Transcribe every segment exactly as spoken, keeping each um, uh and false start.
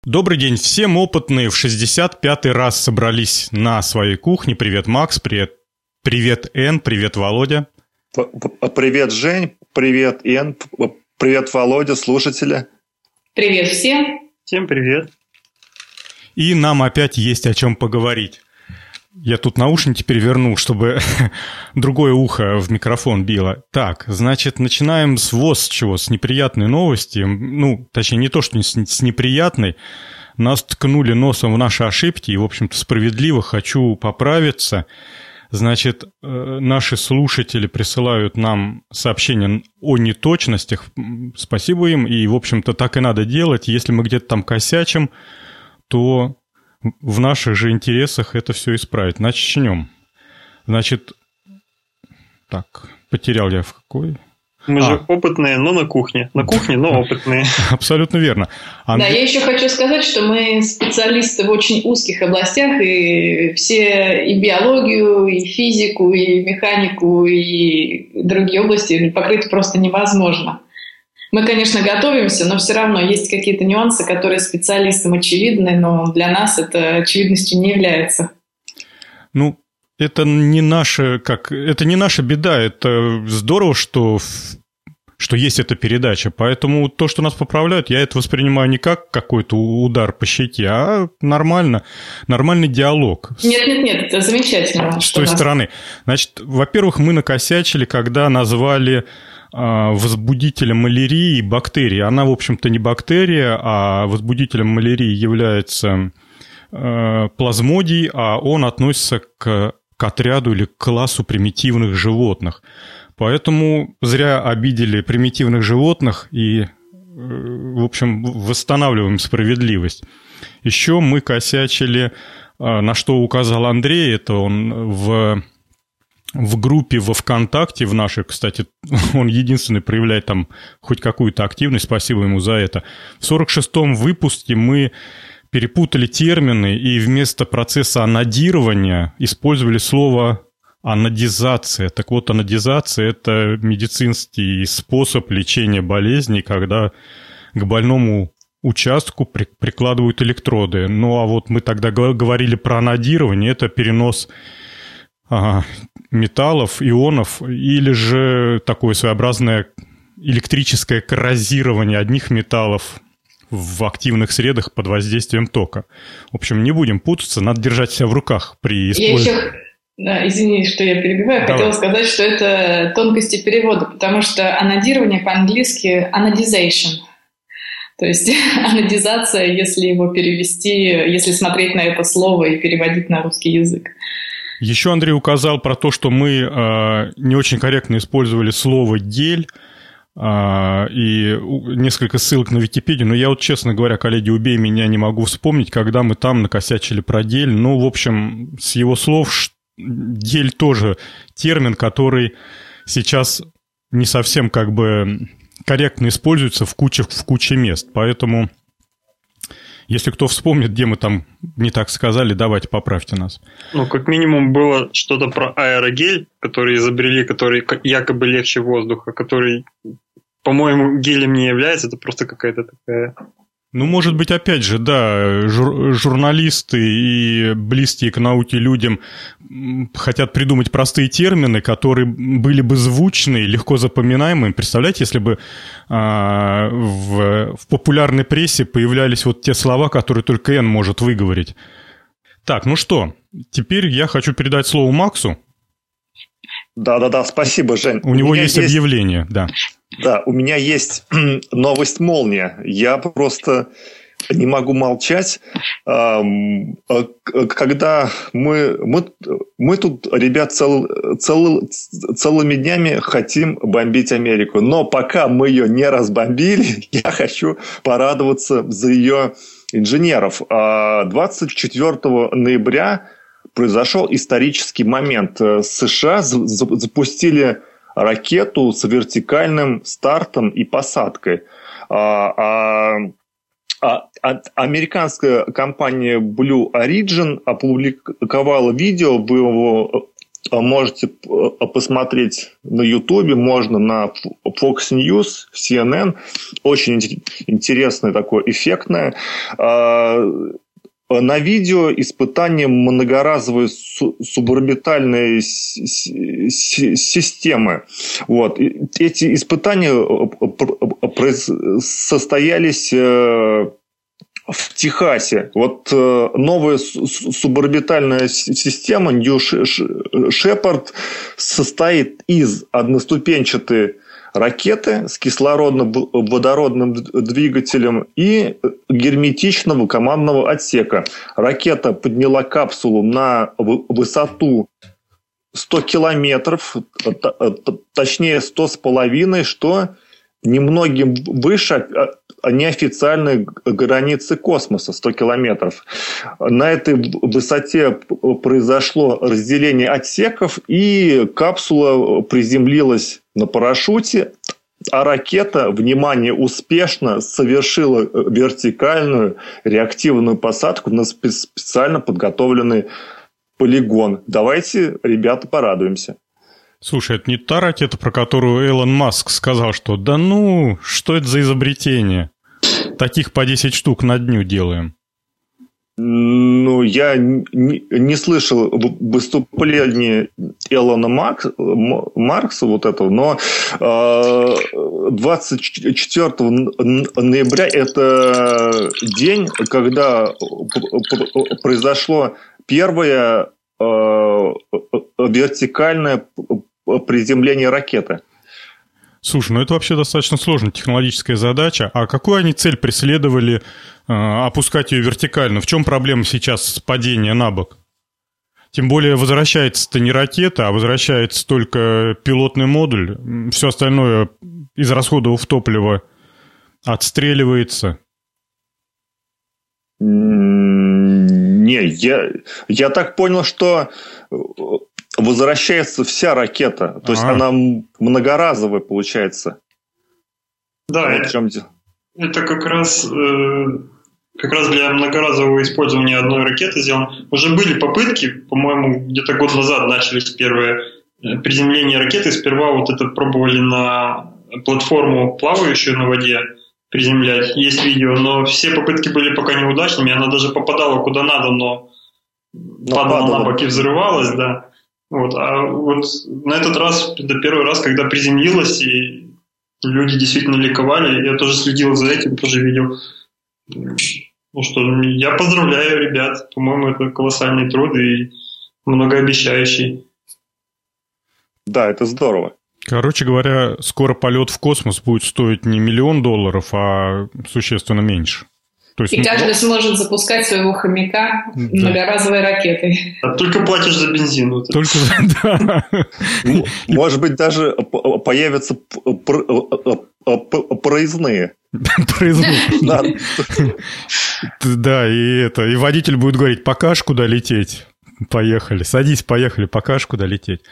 Добрый день всем. Опытные в шестьдесят пятый раз собрались на своей кухне. Привет, Макс, привет, привет, Эн, привет, Володя. Привет, Жень, привет, Эн, привет, Володя, слушатели. Привет всем. Всем привет. И нам опять есть о чем поговорить. Я тут наушники перевернул, чтобы другое ухо в микрофон било. Так, значит, начинаем с вот с чего, с неприятной новости. Ну, точнее, не то, что с неприятной. Нас ткнули носом в наши ошибки, и, в общем-то, справедливо хочу поправиться. Значит, наши слушатели присылают нам сообщения о неточностях. Спасибо им, и, в общем-то, так и надо делать. Если мы где-то там косячим, то в наших же интересах это все исправить. Начнем. Значит, так, потерял я в какой... Мы а. же опытные, но на кухне. На кухне, но опытные. Абсолютно верно. Андрей... Да, я еще хочу сказать, что мы специалисты в очень узких областях, и все и биологию, и физику, и механику, и другие области покрыть просто невозможно. Мы, конечно, готовимся, но все равно есть какие-то нюансы, которые специалистам очевидны, но для нас это очевидностью не является. Ну, это не наша, как, это не наша беда. Это здорово, что, что есть эта передача. Поэтому то, что нас поправляют, я это воспринимаю не как какой-то удар по щеке, а нормально, нормальный диалог. Нет-нет-нет, это замечательно. С той нас... стороны. Значит, во-первых, мы накосячили, когда назвали... возбудителем малярии бактерии. Она, в общем-то, не бактерия, а возбудителем малярии является э, плазмодий, а он относится к, к отряду или к классу примитивных животных. Поэтому зря обидели примитивных животных и, э, в общем, восстанавливаем справедливость. Еще мы косячили, э, на что указал Андрей, это он в... В группе во ВКонтакте, в нашей, кстати, он единственный проявляет там хоть какую-то активность, спасибо ему за это. В сорок шестом выпуске мы перепутали термины и вместо процесса анодирования использовали слово анодизация. Так вот, анодизация – это медицинский способ лечения болезней, когда к больному участку прикладывают электроды. Ну, а вот мы тогда говорили про анодирование, это перенос... Ага, металлов, ионов, или же такое своеобразное электрическое коррозирование одних металлов в активных средах под воздействием тока. В общем, не будем путаться, надо держать себя в руках при использовании. Я еще, да, извини, что я перебиваю, Давай. хотела сказать, что это тонкости перевода, потому что анодирование по-английски anodization. То есть анодизация, если его перевести, если смотреть на это слово и переводить на русский язык. Еще Андрей указал про то, что мы э, не очень корректно использовали слово «гель», э, и несколько ссылок на Википедию, но я вот, честно говоря, коллеги, убей меня, не могу вспомнить, когда мы там накосячили про гель. Ну, в общем, с его слов, гель тоже термин, который сейчас не совсем как бы корректно используется в куче, в куче мест, поэтому... Если кто вспомнит, где мы там не так сказали, давайте поправьте нас. Ну, как минимум, было что-то про аэрогель, который изобрели, который якобы легче воздуха, который, по-моему, гелем не является, это просто какая-то такая... Ну, может быть, опять же, да, жур- журналисты и близкие к науке людям хотят придумать простые термины, которые были бы звучны, легко запоминаемые. Представляете, если бы а, в, в популярной прессе появлялись вот те слова, которые только Эн может выговорить. Так, ну что, теперь я хочу передать слово Максу. Да-да-да, спасибо, Жень. У, у него есть, есть объявление, да. Да, у меня есть новость молния. Я просто не могу молчать. Когда мы, мы, мы тут, ребят, цел, цел, целыми днями хотим бомбить Америку. Но пока мы ее не разбомбили, я хочу порадоваться за ее инженеров. двадцать четвёртого ноября произошел исторический момент. США запустили ракету с вертикальным стартом и посадкой. А, а, а, американская компания Blue Origin опубликовала видео в его можете посмотреть на Ютубе, можно на Fox News, си эн эн. Очень интересное такое, эффектное. На видео испытание многоразовой суборбитальной системы. Вот. Эти испытания состоялись в Техасе. Вот новая суборбитальная система New Shepard состоит из одноступенчатой ракеты с кислородно-водородным двигателем и герметичного командного отсека. Ракета подняла капсулу на высоту сто километров, точнее сто с половиной, что немногим выше неофициальной границы космоса, сто километров. На этой высоте произошло разделение отсеков, и капсула приземлилась на парашюте, а ракета, внимание, успешно совершила вертикальную реактивную посадку на специально подготовленный полигон. Давайте, ребята, порадуемся. Слушай, это не та ракета, про которую Илон Маск сказал, что да ну, что это за изобретение? Таких по десять штук на дню делаем. Ну, я не, не слышал выступления Илона Макс, Маркса вот этого, но двадцать четвёртого ноября это день, когда произошло первое вертикальное приземление ракеты. Слушай, ну это вообще достаточно сложная технологическая задача. А какую они цель преследовали, э, опускать ее вертикально? В чем проблема сейчас падения на бок? Тем более возвращается-то не ракета, а возвращается только пилотный модуль. Все остальное, израсходовав топливо, отстреливается. Не, я, я так понял, что возвращается вся ракета. То есть А-а-а. Она многоразовая получается. Да, это, чем... это как раз, э, как раз для многоразового использования одной ракеты сделано. Уже были попытки, по-моему, где-то год назад начались первые приземления ракеты. Сперва вот это пробовали на платформу, плавающую на воде, приземлять. Есть видео, но все попытки были пока неудачными. Она даже попадала куда надо, но, но падала на бок и взрывалась, да. Вот. А вот на этот раз, это первый раз, когда приземлилась, и люди действительно ликовали. Я тоже следил за этим, тоже видел. Ну что, я поздравляю ребят. По-моему, это колоссальный труд и многообещающий. Да, это здорово. Короче говоря, скоро полет в космос будет стоить не миллион долларов, а существенно меньше. То есть, и каждый ну, сможет запускать своего хомяка да. многоразовой ракетой. А только платишь за бензин. Вот только за, да. Может быть, даже появятся проездные. Проездные. Да, и это, и водитель будет говорить, покажешь, куда лететь. Поехали, садись, поехали, покажешь, куда лететь.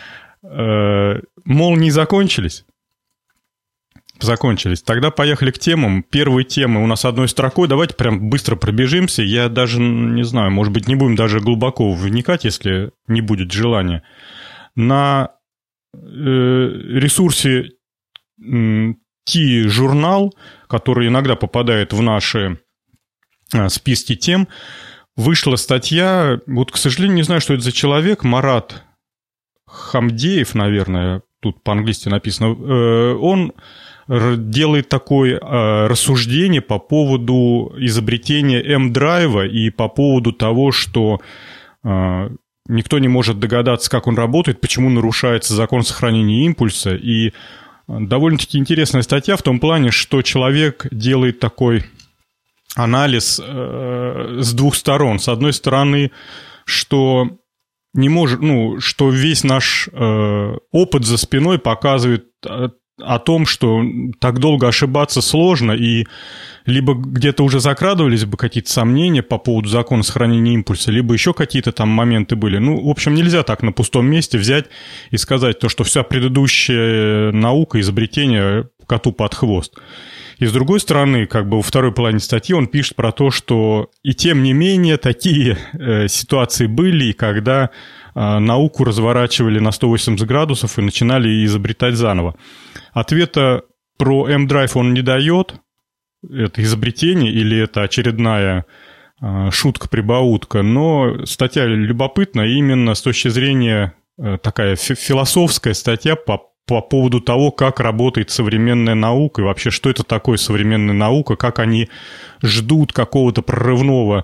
Молнии закончились? Закончились. Тогда поехали к темам. Первые темы у нас одной строкой. Давайте прям быстро пробежимся. Я даже не знаю, может быть, не будем даже глубоко вникать, если не будет желания. На э, ресурсе э, T-журнал, который иногда попадает в наши э, списки тем, вышла статья, вот, к сожалению, не знаю, что это за человек, Марат Хамдеев, наверное, тут по-английски написано, э, он делает такое э, рассуждение по поводу изобретения эм-драйва и по поводу того, что э, никто не может догадаться, как он работает, почему нарушается закон сохранения импульса. И довольно-таки интересная статья в том плане, что человек делает такой анализ э, с двух сторон. С одной стороны, что не может, ну, что весь наш э, опыт за спиной показывает о, о том, что так долго ошибаться сложно, и либо где-то уже закрадывались бы какие-то сомнения по поводу закона сохранения импульса, либо еще какие-то там моменты были. Ну, в общем, нельзя так на пустом месте взять и сказать то, что вся предыдущая наука, изобретение коту под хвост. И с другой стороны, как бы во второй половине статьи он пишет про то, что и тем не менее такие э, ситуации были, когда э, науку разворачивали на сто восемьдесят градусов и начинали изобретать заново. Ответа про M-Drive он не дает. Это изобретение или это очередная э, шутка-прибаутка. Но статья любопытна именно с точки зрения э, такая фи- философская статья по по поводу того, как работает современная наука и вообще, что это такое современная наука, как они ждут какого-то прорывного,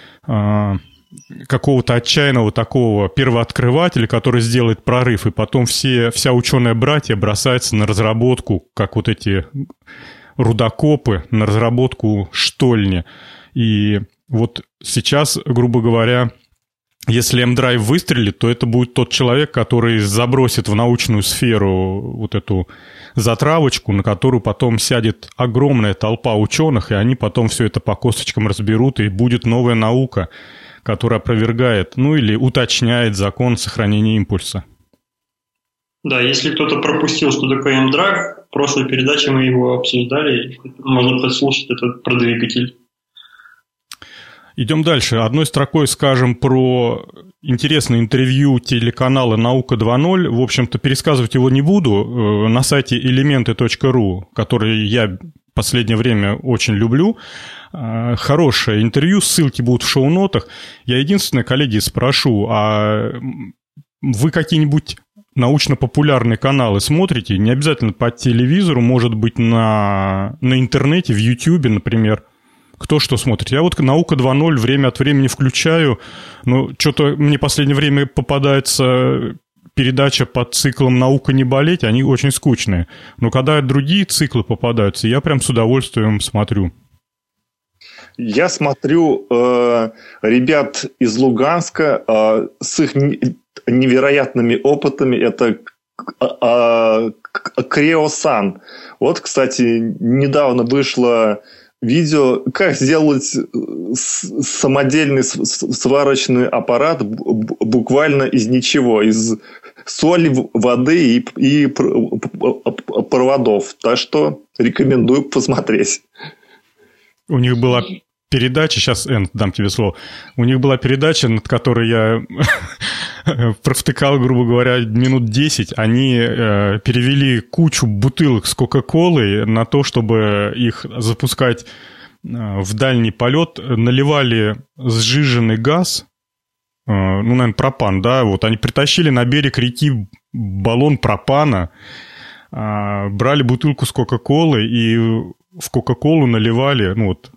какого-то отчаянного такого первооткрывателя, который сделает прорыв, и потом все, вся ученая-братья бросается на разработку, как вот эти рудокопы, на разработку штольни. И вот сейчас, грубо говоря, если M-Drive выстрелит, то это будет тот человек, который забросит в научную сферу вот эту затравочку, на которую потом сядет огромная толпа ученых, и они потом все это по косточкам разберут, и будет новая наука, которая опровергает, ну или уточняет закон сохранения импульса. Да, если кто-то пропустил, что такое M-Drive, в прошлой передаче мы его обсуждали, можно послушать это про двигатель. Идем дальше. Одной строкой скажем про интересное интервью телеканала «Наука два ноль». В общем-то, пересказывать его не буду. На сайте элементы точка ру, который я в последнее время очень люблю, хорошее интервью, ссылки будут в шоу-нотах. Я единственное, коллеги, спрошу, а вы какие-нибудь научно-популярные каналы смотрите? Не обязательно по телевизору, может быть, на, на интернете, в Ютьюбе, например. Кто что смотрит? Я вот «Наука два ноль» время от времени включаю, но что-то мне в последнее время попадается передача под циклом «Наука не болеть», они очень скучные. Но когда другие циклы попадаются, я прям с удовольствием смотрю. Я смотрю э, ребят из Луганска э, с их невероятными опытами. Это э, Креосан. Вот, кстати, недавно вышло видео, как сделать самодельный сварочный аппарат буквально из ничего, из соли, воды и, и проводов. Так что рекомендую посмотреть. У них была передача, сейчас, Эн, дам тебе слово, у них была передача, над которой я провтыкал, грубо говоря, минут десять. Они э, перевели кучу бутылок с Кока-Колой на то, чтобы их запускать э, в дальний полет. Наливали сжиженный газ, э, ну, наверное, пропан, да, вот они притащили на берег реки баллон пропана, э, брали бутылку с Кока-Колой и в Кока-Колу наливали, ну, вот,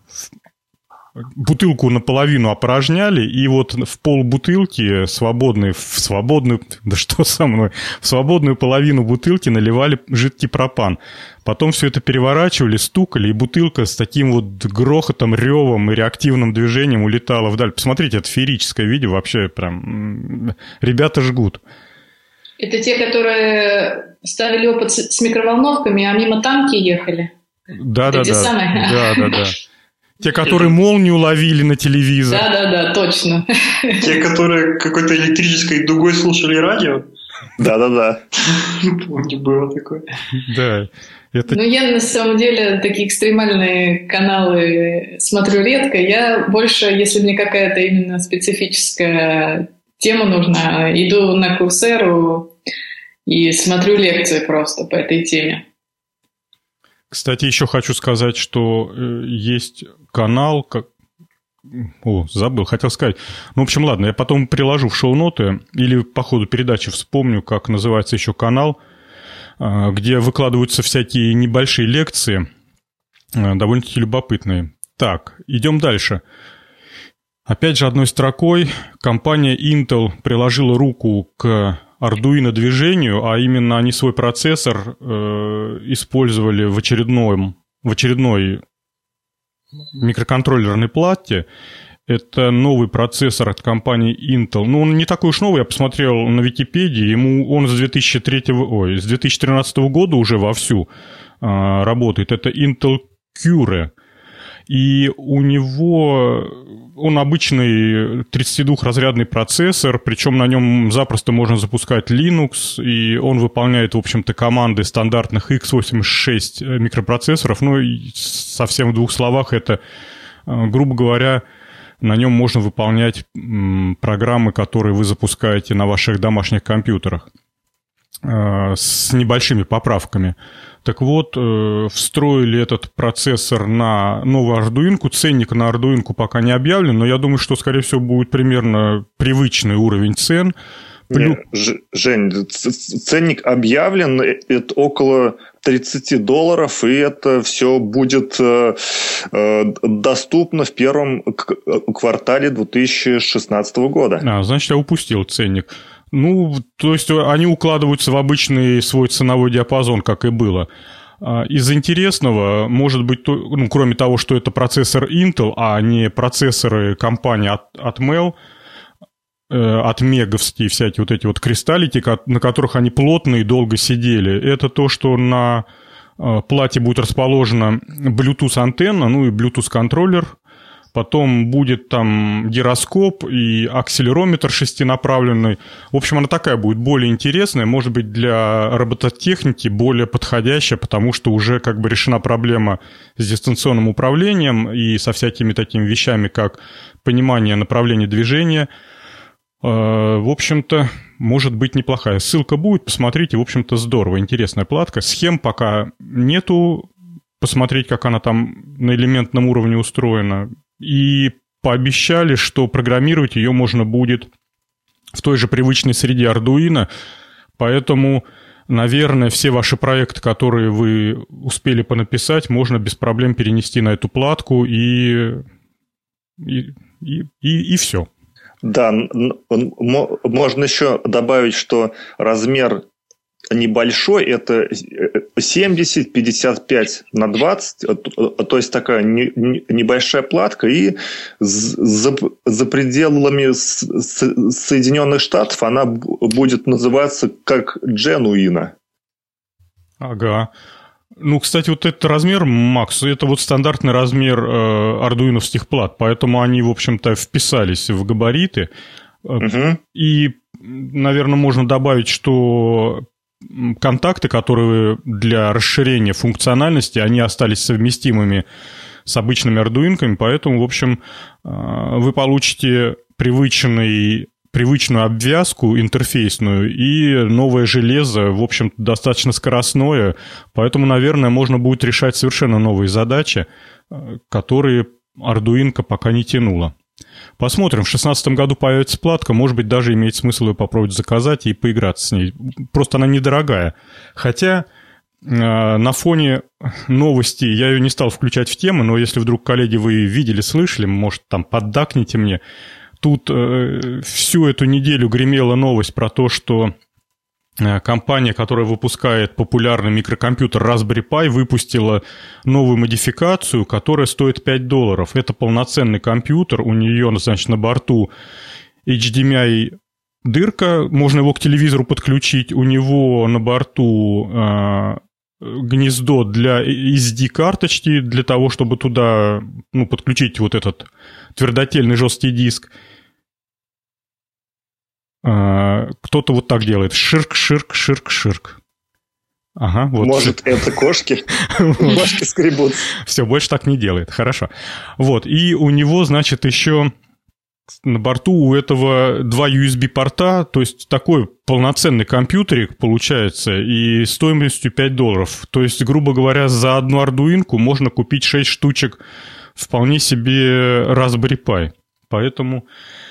бутылку наполовину опорожняли, и вот в полбутылки свободной, в свободную, да что со мной, в свободную половину бутылки наливали жидкий пропан. Потом все это переворачивали, стукали, и бутылка с таким вот грохотом, ревом и реактивным движением улетала вдаль. Посмотрите, это феерическое видео, вообще прям ребята жгут. Это те, которые ставили опыт с микроволновками, а мимо танки ехали? Да-да-да. Да-да-да. Те, которые молнию ловили на телевизор. Да-да-да, точно. Те, которые какой-то электрической дугой слушали радио. Да-да-да. Помню, было такое. Да. Это... Ну, я на самом деле такие экстремальные каналы смотрю редко. Я больше, если мне какая-то именно специфическая тема нужна, иду на Курсеру и смотрю лекции просто по этой теме. Кстати, еще хочу сказать, что есть канал, как... О, забыл, хотел сказать. Ну, в общем, ладно, я потом приложу в шоу-ноты или по ходу передачи вспомню, как называется еще канал, где выкладываются всякие небольшие лекции, довольно-таки любопытные. Так, идем дальше. Опять же, одной строкой, компания Intel приложила руку к Arduino движению, а именно они свой процессор э, использовали в очередном, в очередной микроконтроллерной плате. Это новый процессор от компании Intel. Ну, он не такой уж новый, я посмотрел на Википедии. Ему он с две тысячи третьего, ой, с две тысячи тринадцатого года уже вовсю э, работает. Это Intel Cure. И у него он обычный тридцатидвухразрядный процессор, причем на нем запросто можно запускать Linux, и он выполняет, в общем-то, команды стандартных икс восемьдесят шесть микропроцессоров. Ну, и совсем в двух словах, это, грубо говоря, на нем можно выполнять программы, которые вы запускаете на ваших домашних компьютерах с небольшими поправками. Так вот, встроили этот процессор на новую Ардуинку. Ценник на Ардуинку пока не объявлен, но я думаю, что, скорее всего, будет примерно привычный уровень цен. Не, Жень, ценник объявлен, это около тридцать долларов, и это все будет э, доступно в первом квартале две тысячи шестнадцатого года. А, значит, я упустил ценник. Ну, то есть они укладываются в обычный свой ценовой диапазон, как и было. Из интересного, может быть, ну, кроме того, что это процессор Intel, а не процессоры компании Atmel, отмеговские всякие вот эти вот кристаллики, на которых они плотно и долго сидели, это то, что на плате будет расположена Bluetooth-антенна, ну и Bluetooth-контроллер. Потом будет там гироскоп и акселерометр шестинаправленный. В общем, она такая будет более интересная, может быть, для робототехники более подходящая, потому что уже как бы решена проблема с дистанционным управлением и со всякими такими вещами, как понимание направления движения. В общем-то, может быть неплохая. Ссылка будет, посмотрите, в общем-то, здорово, интересная платка. Схем пока нету, посмотреть, как она там на элементном уровне устроена. И пообещали, что программировать ее можно будет в той же привычной среде Arduino, поэтому, наверное, все ваши проекты, которые вы успели понаписать, можно без проблем перенести на эту платку, и, и, и, и, и все. Да, можно еще добавить, что размер небольшой, это семьдесят пятьдесят пять на двадцать, то есть такая небольшая платка, и за, за пределами Соединенных Штатов она будет называться как Genuino. Ага. Ну, кстати, вот этот размер, Макс, это вот стандартный размер э, ардуиновских плат, поэтому они, в общем-то, вписались в габариты. Угу. И, наверное, можно добавить, что контакты, которые для расширения функциональности, они остались совместимыми с обычными ардуинками, поэтому, в общем, вы получите привычный, привычную обвязку интерфейсную и новое железо, в общем, достаточно скоростное, поэтому, наверное, можно будет решать совершенно новые задачи, которые ардуинка пока не тянула. Посмотрим, в две тысячи шестнадцатом году появится платка, может быть, даже имеет смысл ее попробовать заказать и поиграться с ней. Просто она недорогая. Хотя э, на фоне новостей я ее не стал включать в тему, но если вдруг, коллеги, вы видели, слышали, может, там поддакните мне. Тут э, всю эту неделю гремела новость про то, что компания, которая выпускает популярный микрокомпьютер Raspberry Pi, выпустила новую модификацию, которая стоит пять долларов. Это полноценный компьютер, у нее, значит, на борту эйч ди эм ай дырка, можно его к телевизору подключить, у него на борту э, гнездо для эс ди-карточки, для того, чтобы туда, ну, подключить вот этот твердотельный жесткий диск. Кто-то вот так делает. Ширк, ширк, ширк, ширк. Ага, вот. Может, это кошки? Кошки скребут. Все, больше так не делает. Хорошо. Вот. И у него, значит, еще на борту у этого два ю эс би-порта, то есть такой полноценный компьютерик получается, и стоимостью пять долларов. То есть, грубо говоря, за одну ардуинку можно купить шесть штучек вполне себе Raspberry Pi. Поэтому...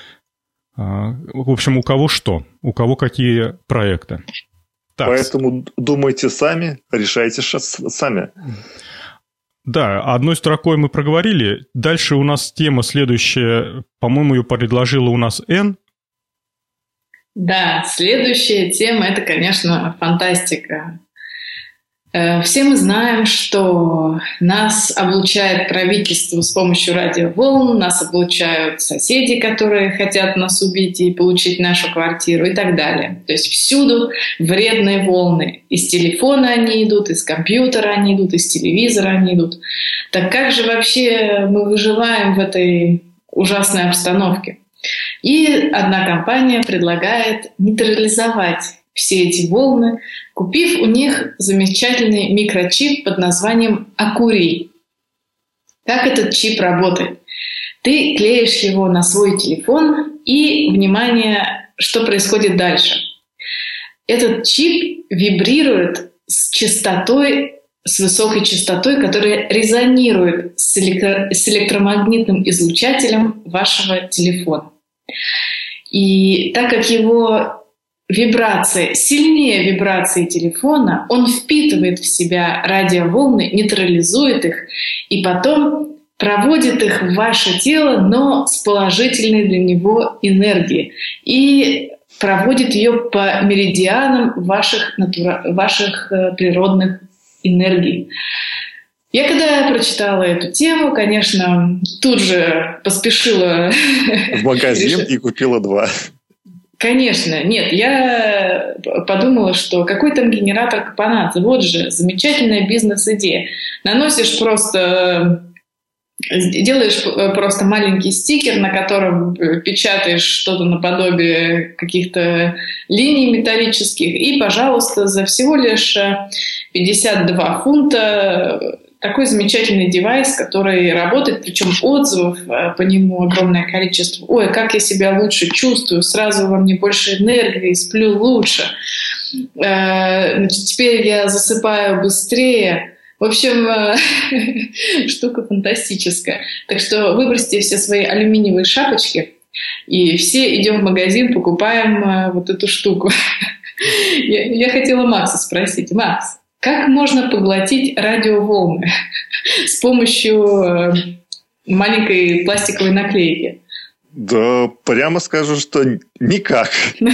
В общем, у кого что, у кого какие проекты. Так. Поэтому думайте сами, решайте сами. Да, одной строкой мы проговорили. Дальше у нас тема следующая. По-моему, ее предложила у нас Н. Да, следующая тема – это, конечно, фантастика. Все мы знаем, что нас облучает правительство с помощью радиоволн, нас облучают соседи, которые хотят нас убить и получить нашу квартиру и так далее. То есть всюду вредные волны. Из телефона они идут, из компьютера они идут, из телевизора они идут. Так как же вообще мы выживаем в этой ужасной обстановке. И одна компания предлагает нейтрализовать все эти волны, купив у них замечательный микрочип под названием Акурий. Как этот чип работает? Ты клеишь его на свой телефон, и, внимание, что происходит дальше? Этот чип вибрирует с частотой, с высокой частотой, которая резонирует с, электро- с электромагнитным излучателем вашего телефона. И так как его вибрации сильнее вибрации телефона, он впитывает в себя радиоволны, нейтрализует их и потом проводит их в ваше тело, но с положительной для него энергией. И проводит ее по меридианам ваших, натура... ваших э, природных энергий. Я когда прочитала эту тему, конечно, тут же поспешила в магазин и купила два. Конечно, нет, я подумала, что какой там генератор капонации, вот же замечательная бизнес-идея. Наносишь просто, делаешь просто маленький стикер, на котором печатаешь что-то наподобие каких-то линий металлических, и, пожалуйста, за всего лишь пятьдесят два фунта такой замечательный девайс, который работает, причем отзывов по нему огромное количество. Ой, как я себя лучше чувствую, сразу во мне больше энергии, сплю лучше. Значит, теперь я засыпаю быстрее. В общем, штука фантастическая. Так что выбросьте все свои алюминиевые шапочки и все идем в магазин, покупаем вот эту штуку. Я, я хотела Макса спросить. Макс, как можно поглотить радиоволны с помощью маленькой пластиковой наклейки? Да, прямо скажу, что никак.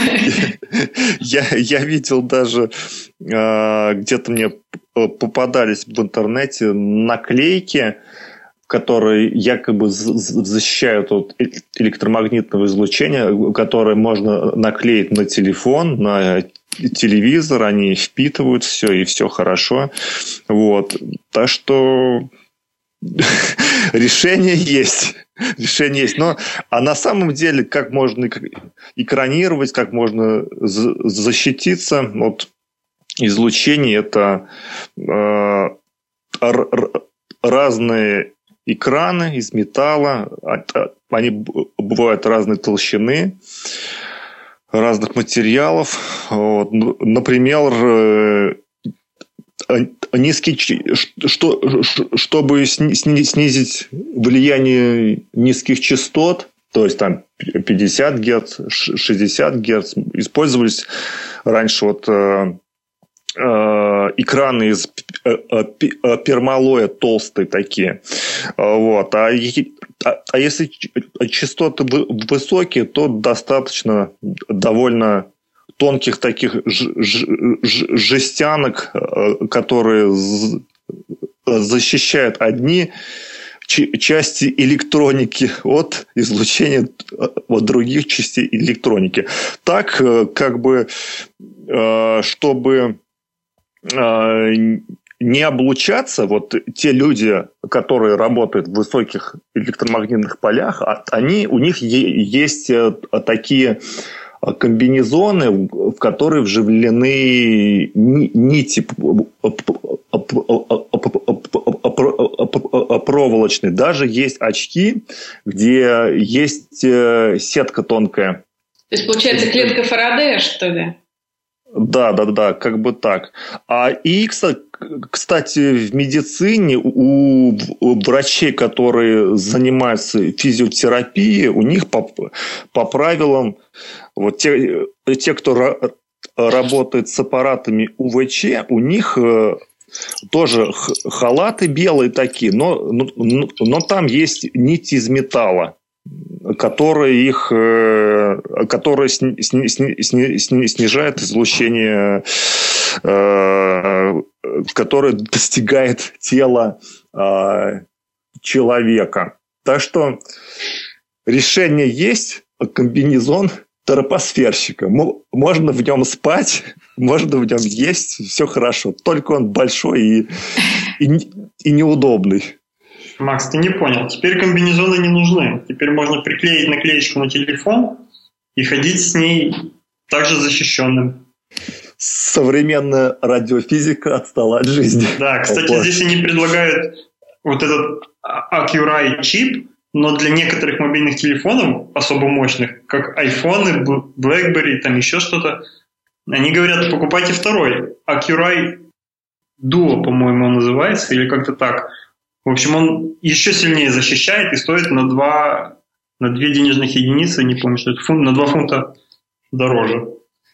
я, я видел даже, где-то мне попадались в интернете наклейки, которые якобы защищают от электромагнитного излучения, которые можно наклеить на телефон, на телевизор, они впитывают все, и все хорошо. Вот. Так что решение есть. Решение есть. Но, а на самом деле, как можно экранировать, как можно защититься от излучения, это э, разные экраны из металла, они бывают разной толщины, разных материалов. Вот. Например, низкий, что, чтобы снизить влияние низких частот, то есть там пятьдесят герц, шестьдесят герц, использовались раньше вот экраны из пермалоя толстые такие. Вот. А, а если частоты высокие, то достаточно довольно тонких таких жестянок, которые защищают одни части электроники от излучения от других частей электроники. Так, как бы, чтобы не облучаться, вот те люди, которые работают в высоких электромагнитных полях, они, у них есть такие комбинезоны, в которые вживлены нити проволочные. Даже есть очки, где есть сетка тонкая. То есть, получается, клетка Фарадея, что ли? Да, да, да, как бы так. А и, кстати, в медицине у врачей, которые занимаются физиотерапией, у них по, по правилам, вот те, те, кто работает с аппаратами УВЧ, у них тоже халаты белые такие, но, но, но там есть нити из металла, которые их, которые сни, сни, сни, сни, снижают излучение, которое достигает тела человека. Так что решение есть, комбинезон тропосферщика. Можно в нем спать, можно в нем есть, все хорошо. Только он большой и, и, и неудобный. Макс, ты не понял. Теперь комбинезоны не нужны. Теперь можно приклеить наклеечку на телефон и ходить с ней также защищенным. Современная радиофизика отстала от жизни. Да, кстати, Опа. Здесь они предлагают вот этот Accuray чип, но для некоторых мобильных телефонов особо мощных, как айфоны, BlackBerry, там еще что-то, они говорят, покупайте второй. Accuray Duo, по-моему, он называется, или как-то так. В общем, он еще сильнее защищает и стоит на два, на две денежных единицы, не помню, что это, фунт, на два фунта дороже.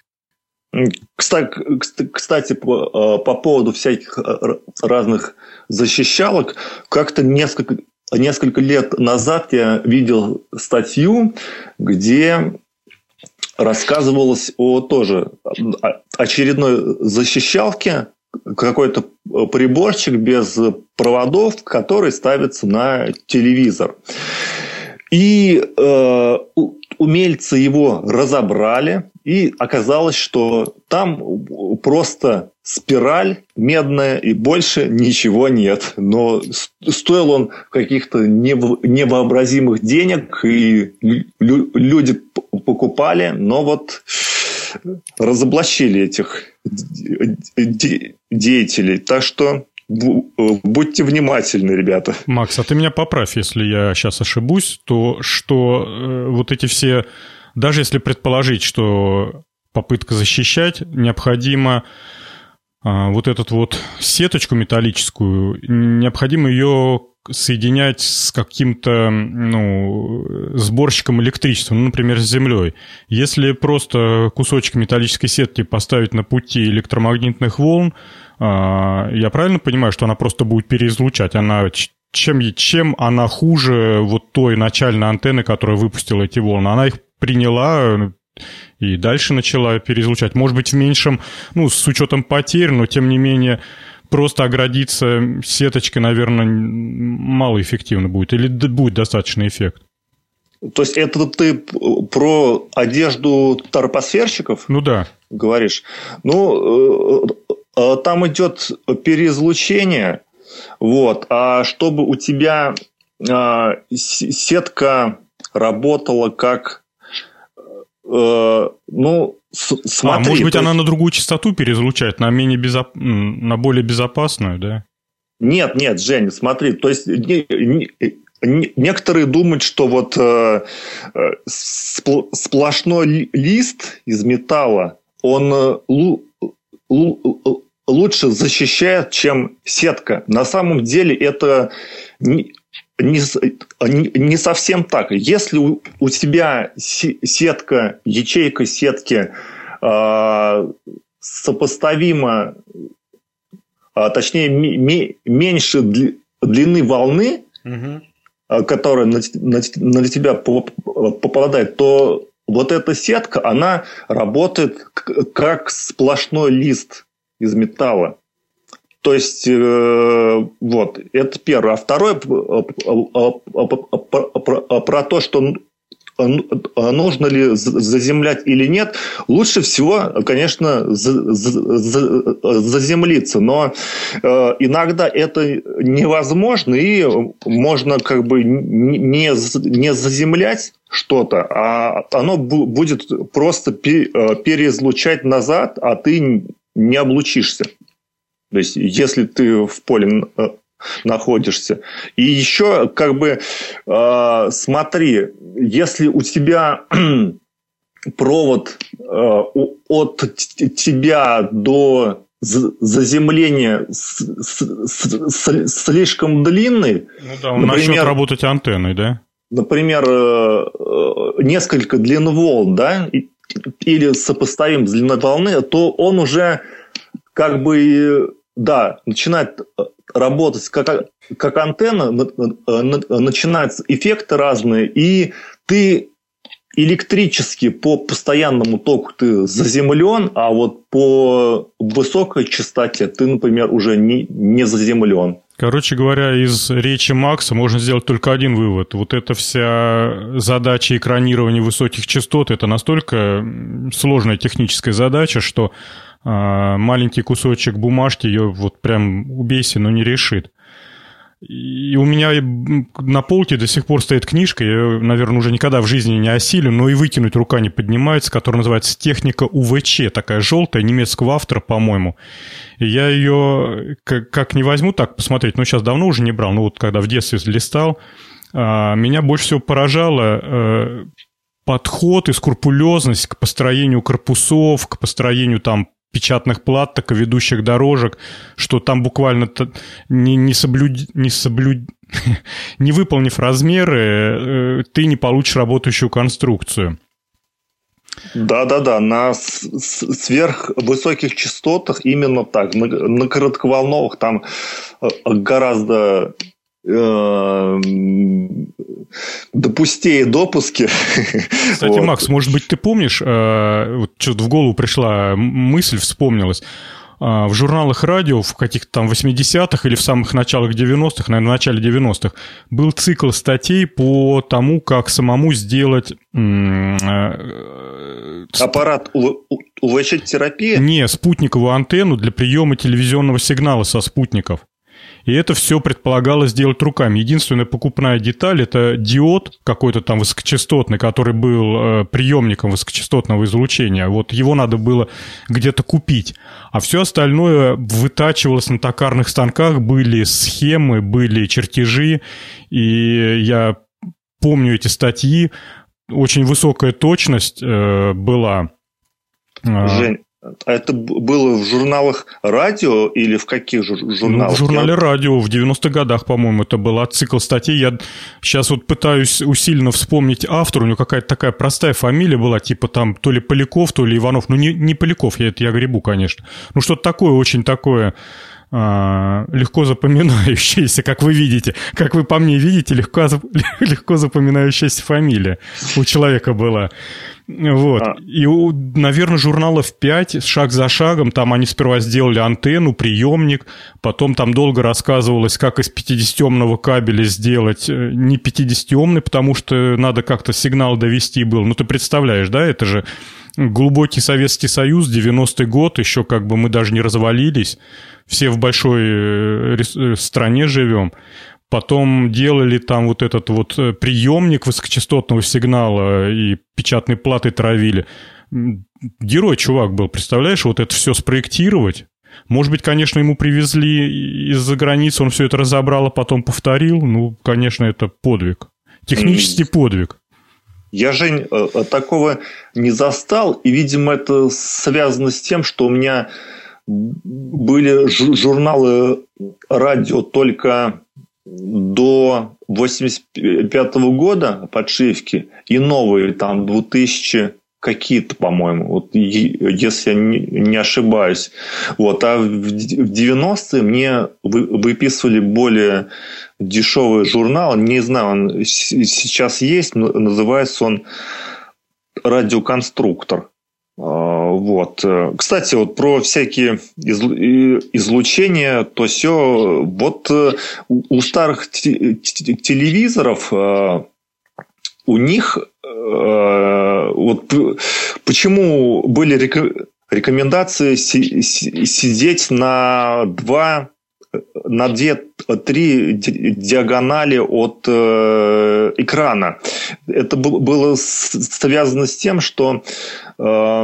Кстати, кстати по, по поводу всяких разных защищалок, как-то несколько, несколько лет назад я видел статью, где рассказывалось о тоже очередной защищалке, какой-то приборчик без проводов, который ставится на телевизор. И э, умельцы его разобрали, и оказалось, что там просто спираль медная, и больше ничего нет. Но стоил он каких-то невообразимых денег, и люди покупали, но вот разоблачили этих деятелей. Так что будьте внимательны, ребята. Макс, а ты меня поправь, если я сейчас ошибусь, то что э, вот эти все, даже если предположить, что попытка защищать, необходимо э, вот эту вот сеточку металлическую, необходимо ее соединять с каким-то, ну, сборщиком электричества, ну, например, с землей. Если просто кусочек металлической сетки поставить на пути электромагнитных волн, я правильно понимаю, что она просто будет переизлучать? Она, чем, чем она хуже вот той начальной антенны, которая выпустила эти волны? Она их приняла и дальше начала переизлучать. Может быть, в меньшем, ну, с учетом потерь, но тем не менее просто оградиться сеточкой, наверное, малоэффективно будет. Или будет достаточный эффект? То есть это ты про одежду торпосферщиков? Ну да. Говоришь. Ну, там идет переизлучение, вот, а чтобы у тебя а, сетка работала как, э, ну, с, смотри. А, может быть, есть... она на другую частоту переизлучает, на, менее безоп... на более безопасную, да? Нет, нет, Женя, смотри, то есть не, не, не, некоторые думают, что вот э, спл- сплошной лист из металла, он лу- лу- лучше защищает, чем сетка. На самом деле это не, не, не совсем так. Если у, у тебя сетка, ячейка сетки э, сопоставима, э, точнее м- меньше дли, длины волны, угу. э, которая на, на, на тебя попадает, то вот эта сетка, она работает как сплошной лист из металла. То есть, э, вот, это первое. А второе, про то, что нужно ли заземлять или нет, лучше всего, конечно, заземлиться. Но э, иногда это невозможно, и можно как бы не, не заземлять что-то, а оно будет просто переизлучать назад, а ты не облучишься. То есть, если ты в поле находишься. И еще, как бы, э, смотри, если у тебя провод э, от тебя до заземления с, с, с, слишком длинный... Ну да, он например, начнет работать антенной, да? Например, э, несколько длин волн, да, или сопоставим с длиной волны, то он уже как бы, да, начинает работать как, как антенна, начинаются эффекты разные, и ты электрически по постоянному току ты заземлен, а вот по высокой частоте ты, например, уже не, не заземлен. Короче говоря, из речи Макса можно сделать только один вывод. Вот эта вся задача экранирования высоких частот, это настолько сложная техническая задача, что маленький кусочек бумажки ее вот прям убейся, но не решит. И у меня на полке до сих пор стоит книжка, я, наверное, уже никогда в жизни не осилю, но и выкинуть рука не поднимается, которая называется «Техника УВЧ», такая желтая, немецкого автора, по-моему. И я ее как, как не возьму так посмотреть, ну, сейчас давно уже не брал, но вот когда в детстве листал, меня больше всего поражало подход и скрупулезность к построению корпусов, к построению там печатных плат, так и ведущих дорожек, что там буквально не, не, соблюд... не, соблюд... не выполнив размеры, ты не получишь работающую конструкцию. Да-да-да, на сверхвысоких частотах именно так. На, на коротковолновых там гораздо допустее допуски. Кстати, вот. Макс, может быть, ты помнишь, вот что-то в голову пришла мысль, вспомнилась, в журналах радио в каких-то там восьмидесятых или в самых началах девяностых, наверное, в начале девяностых, был цикл статей по тому, как самому сделать... Аппарат УВЧ-терапии? Не, спутниковую антенну для приема телевизионного сигнала со спутников. И это все предполагалось сделать руками. Единственная покупная деталь – это диод какой-то там высокочастотный, который был э, приемником высокочастотного излучения. Вот его надо было где-то купить. А все остальное вытачивалось на токарных станках. Были схемы, были чертежи. И я помню эти статьи. Очень высокая точность э, была. Жень. А это было в журналах радио или в каких же журналах? Ну, в журнале радио в девяностых годах, по-моему, это был цикл статей. Я сейчас вот пытаюсь усиленно вспомнить автора. У него какая-то такая простая фамилия была, типа там то ли Поляков, то ли Иванов. Ну, не, не Поляков, я, это я гребу, конечно. Ну, что-то такое, очень такое а, легко запоминающееся, как вы видите. Как вы по мне видите, легко, легко запоминающаяся фамилия у человека была. Вот. А. И, наверное, журналов пять, шаг за шагом, там они сперва сделали антенну, приемник, потом там долго рассказывалось, как из пятидесятиомного кабеля сделать не пятидесятиомный, потому что надо как-то сигнал довести был. Ну, ты представляешь, да, это же глубокий Советский Союз, девяностый год, еще как бы мы даже не развалились, все в большой стране живем. Потом делали там вот этот вот приемник высокочастотного сигнала и печатной платой травили. Герой чувак был, представляешь, вот это все спроектировать. Может быть, конечно, ему привезли из-за границы, он все это разобрал, а потом повторил. Ну, конечно, это подвиг. Технический подвиг. Я, Жень, такого не застал, и, видимо, это связано с тем, что у меня были журналы радио только... до восемьдесят пятого года подшивки и новые там двухтысячные какие-то, по-моему, вот, если я не ошибаюсь. Вот. А в девяностые мне выписывали более дешевый журнал, не знаю, он сейчас есть, называется он «Радиоконструктор». Вот. Кстати, вот про всякие излучения, то все. Вот у старых телевизоров у них вот почему были рекомендации сидеть на два на две-три диагонали от э, экрана. Это было связано с тем, что э,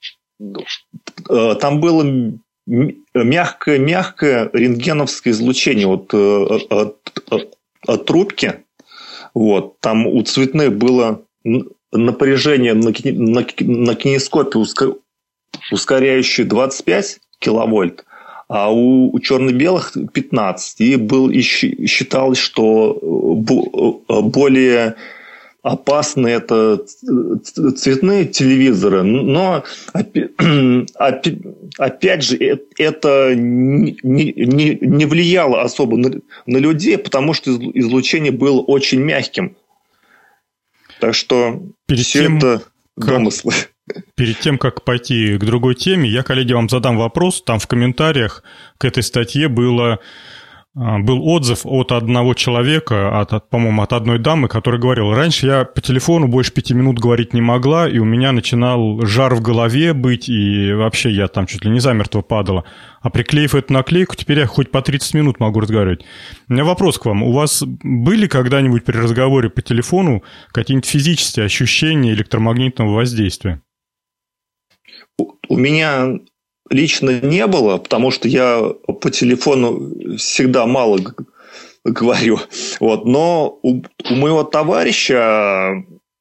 э, там было мягкое-мягкое рентгеновское излучение от, э, от, от трубки. Вот. Там у цветных было напряжение на, на, на кинескопе ускоряющее двадцать пять киловольт, а у, у черно-белых пятнадцать. И был, и считалось, что более опасны это цветные телевизоры. Но опять же, это не, не, не влияло особо на, на людей, потому что излучение было очень мягким. Так что Перед все тем, это как... домыслы. Перед тем, как пойти к другой теме, я, коллеги, вам задам вопрос. Там в комментариях к этой статье было был отзыв от одного человека, от, от, по-моему, от одной дамы, который говорил: раньше я по телефону больше пяти минут говорить не могла, и у меня начинал жар в голове быть, и вообще я там чуть ли не замертво падала. А приклеив эту наклейку, теперь я хоть по тридцать минут могу разговаривать. У меня вопрос к вам. У вас были когда-нибудь при разговоре по телефону какие-нибудь физические ощущения электромагнитного воздействия? У меня лично не было, потому что я по телефону всегда мало говорю. Вот. Но у, у моего товарища,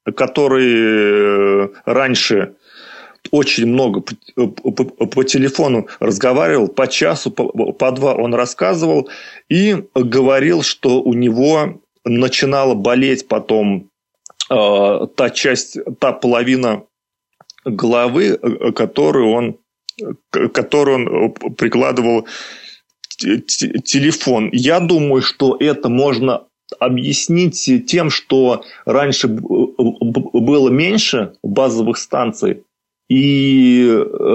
который раньше очень много по, по, по телефону разговаривал, по часу, по, по два он рассказывал и говорил, что у него начинала болеть потом э, та часть, та половина головы, которую он который он прикладывал телефон. Я думаю, что это можно объяснить тем, что раньше было меньше базовых станций, и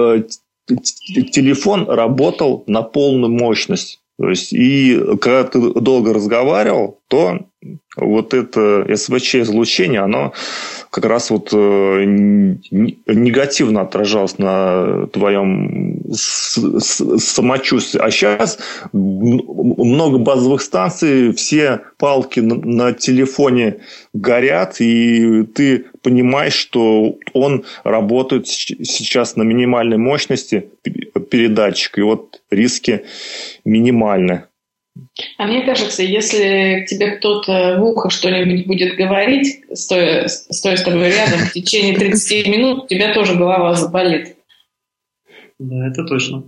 телефон работал на полную мощность. То есть, и когда ты долго разговаривал, то вот это эс вэ че-излучение, оно как раз вот негативно отражалось на твоем самочувствии. А сейчас много базовых станций, все палки на телефоне горят, и ты понимаешь, что он работает сейчас на минимальной мощности передатчика, и вот риски минимальны. А мне кажется, если тебе кто-то в ухо что-нибудь будет говорить, стоя, стоя с тобой рядом в течение тридцати минут, у тебя тоже голова заболит. Да, это точно.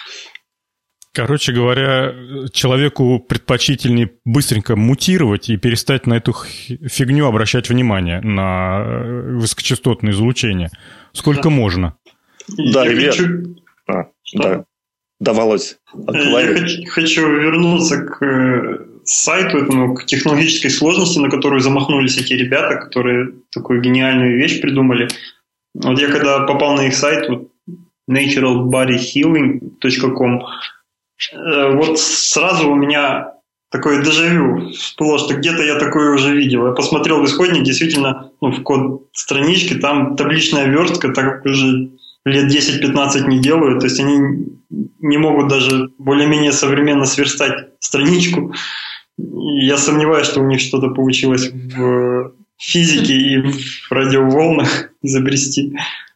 Короче говоря, человеку предпочтительнее быстренько мутировать и перестать на эту фигню обращать внимание, на высокочастотное излучение. Сколько да. можно. Да, я хочу... а, да. Давалось. Я хочу, хочу вернуться к сайту, этому, к технологической сложности, на которую замахнулись эти ребята, которые такую гениальную вещь придумали. Вот я когда попал на их сайт, вот, natural body healing точка ком, вот сразу у меня такое дежавю всплыло, что где-то я такое уже видел. Я посмотрел в исходник, действительно, ну, в код странички, там табличная верстка, так как уже лет десять-пятнадцать не делают, то есть они не могут даже более-менее современно сверстать страничку. И я сомневаюсь, что у них что-то получилось в физике и в радиоволнах изобрести.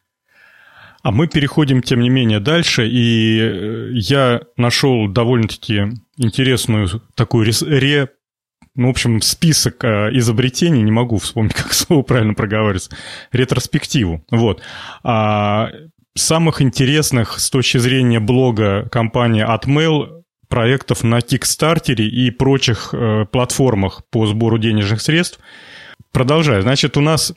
А мы переходим, тем не менее, дальше, и я нашел довольно-таки интересную такую ре, ну, в общем, список изобретений, не могу вспомнить, как слово правильно проговаривается, ретроспективу. Вот. А самых интересных с точки зрения блога компании Atmail проектов на Кикстартере и прочих э, платформах по сбору денежных средств. Продолжаю. Значит, у нас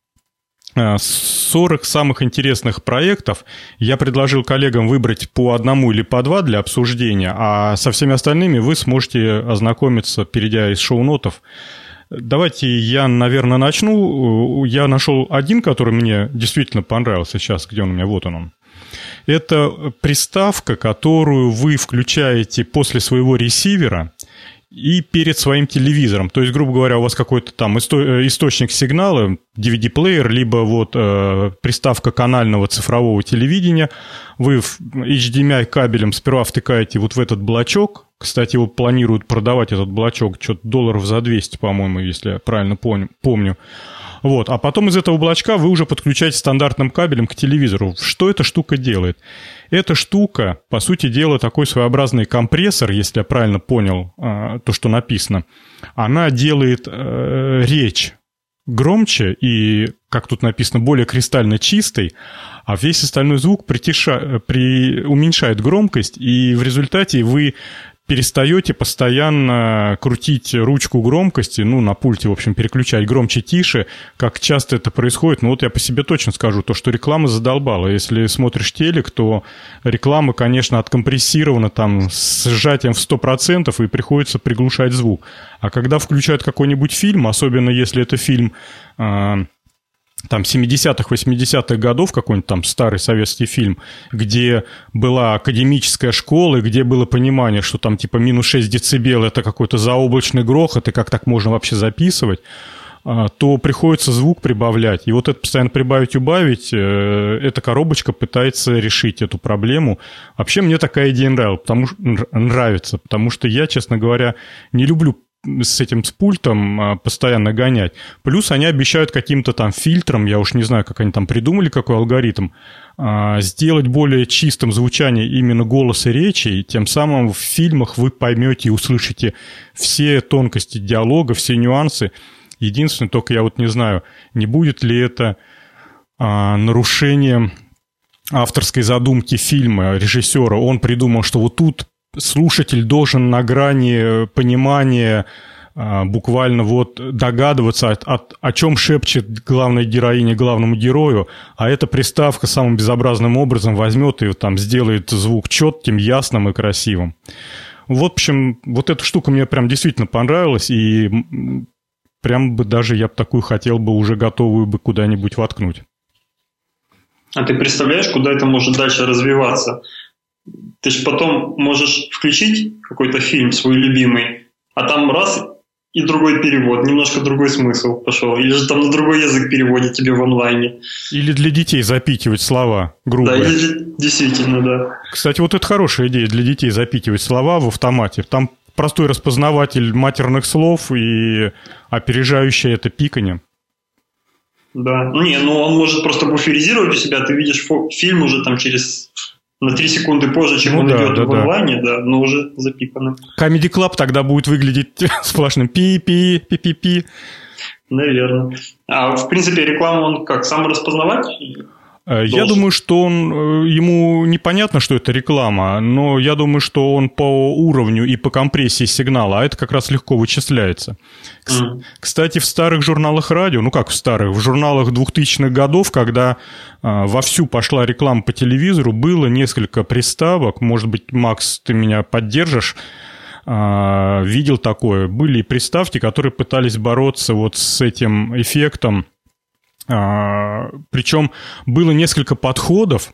сорок самых интересных проектов. Я предложил коллегам выбрать по одному или по два для обсуждения, а со всеми остальными вы сможете ознакомиться, перейдя из шоу-нотов. Давайте я, наверное, начну. Я нашел один, который мне действительно понравился. Сейчас, где он у меня? Вот он. он. Это приставка, которую вы включаете после своего ресивера и перед своим телевизором. То есть, грубо говоря, у вас какой-то там исто- источник сигнала, ди ви ди-плеер, либо вот э, приставка канального цифрового телевидения. Вы эйч ди эм ай кабелем сперва втыкаете вот в этот блочок. Кстати, его планируют продавать, этот блочок, что-то долларов за двести, по-моему, если я правильно помню. Вот. А потом из этого блочка вы уже подключаете стандартным кабелем к телевизору. Что эта штука делает? Эта штука, по сути дела, такой своеобразный компрессор, если я правильно понял э, то, что написано. Она делает э, речь громче и, как тут написано, более кристально чистой, а весь остальной звук притиша... при... уменьшает громкость, и в результате вы перестаете постоянно крутить ручку громкости, ну, на пульте, в общем, переключать громче-тише, как часто это происходит. Ну, вот я по себе точно скажу, то, что реклама задолбала. Если смотришь телек, то реклама, конечно, откомпрессирована там с сжатием в сто процентов, и приходится приглушать звук. А когда включают какой-нибудь фильм, особенно если это фильм... Э- там семидесятых, восьмидесятых годов, какой-нибудь там старый советский фильм, где была академическая школа, и где было понимание, что там типа минус шесть децибел – это какой-то заоблачный грохот, и как так можно вообще записывать, то приходится звук прибавлять. И вот это постоянно прибавить, убавить, эта коробочка пытается решить эту проблему. Вообще мне такая идея нравилась, потому, нравится, потому что я, честно говоря, не люблю с этим с пультом постоянно гонять. Плюс они обещают каким-то там фильтром, я уж не знаю, как они там придумали, какой алгоритм, сделать более чистым звучание именно голоса и речи, и тем самым в фильмах вы поймете и услышите все тонкости диалога, все нюансы. Единственное, только я вот не знаю, не будет ли это а, нарушением авторской задумки фильма, режиссера. Он придумал, что вот тут слушатель должен на грани понимания а, буквально вот догадываться, от, от, о чем шепчет главная героиня главному герою, а эта приставка самым безобразным образом возьмет и там сделает звук четким, ясным и красивым. В общем, вот эта штука мне прям действительно понравилась, и прям бы даже я бы такую хотел бы уже готовую бы куда-нибудь воткнуть. А ты представляешь, куда это может дальше развиваться? Ты же потом можешь включить какой-то фильм свой любимый, а там раз и другой перевод, немножко другой смысл пошел. Или же там на другой язык переводит тебе в онлайне. Или для детей запикивать слова грубые. Да, или, действительно, да. Кстати, вот это хорошая идея для детей запикивать слова в автомате. Там простой распознаватель матерных слов и опережающее это пиканье. Да. Не, ну он может просто буферизировать у себя. Ты видишь фо- фильм уже там через на три секунды позже, чем ну, он да, идет да, в онлайне, да. да, но уже запиканным. Comedy Club тогда будет выглядеть сплошным пи-пи, пи-пи-пи. Наверное. А в принципе рекламу он как, сам распознавать? Я Должен. думаю, что он, ему непонятно, что это реклама, но я думаю, что он по уровню и по компрессии сигнала, а это как раз легко вычисляется. Mm. Кстати, в старых журналах радио, ну как в старых, в журналах двухтысячных годов, когда а, вовсю пошла реклама по телевизору, было несколько приставок, может быть, Макс, ты меня поддержишь, а, видел такое, были приставки, которые пытались бороться вот с этим эффектом. А, причем было несколько подходов.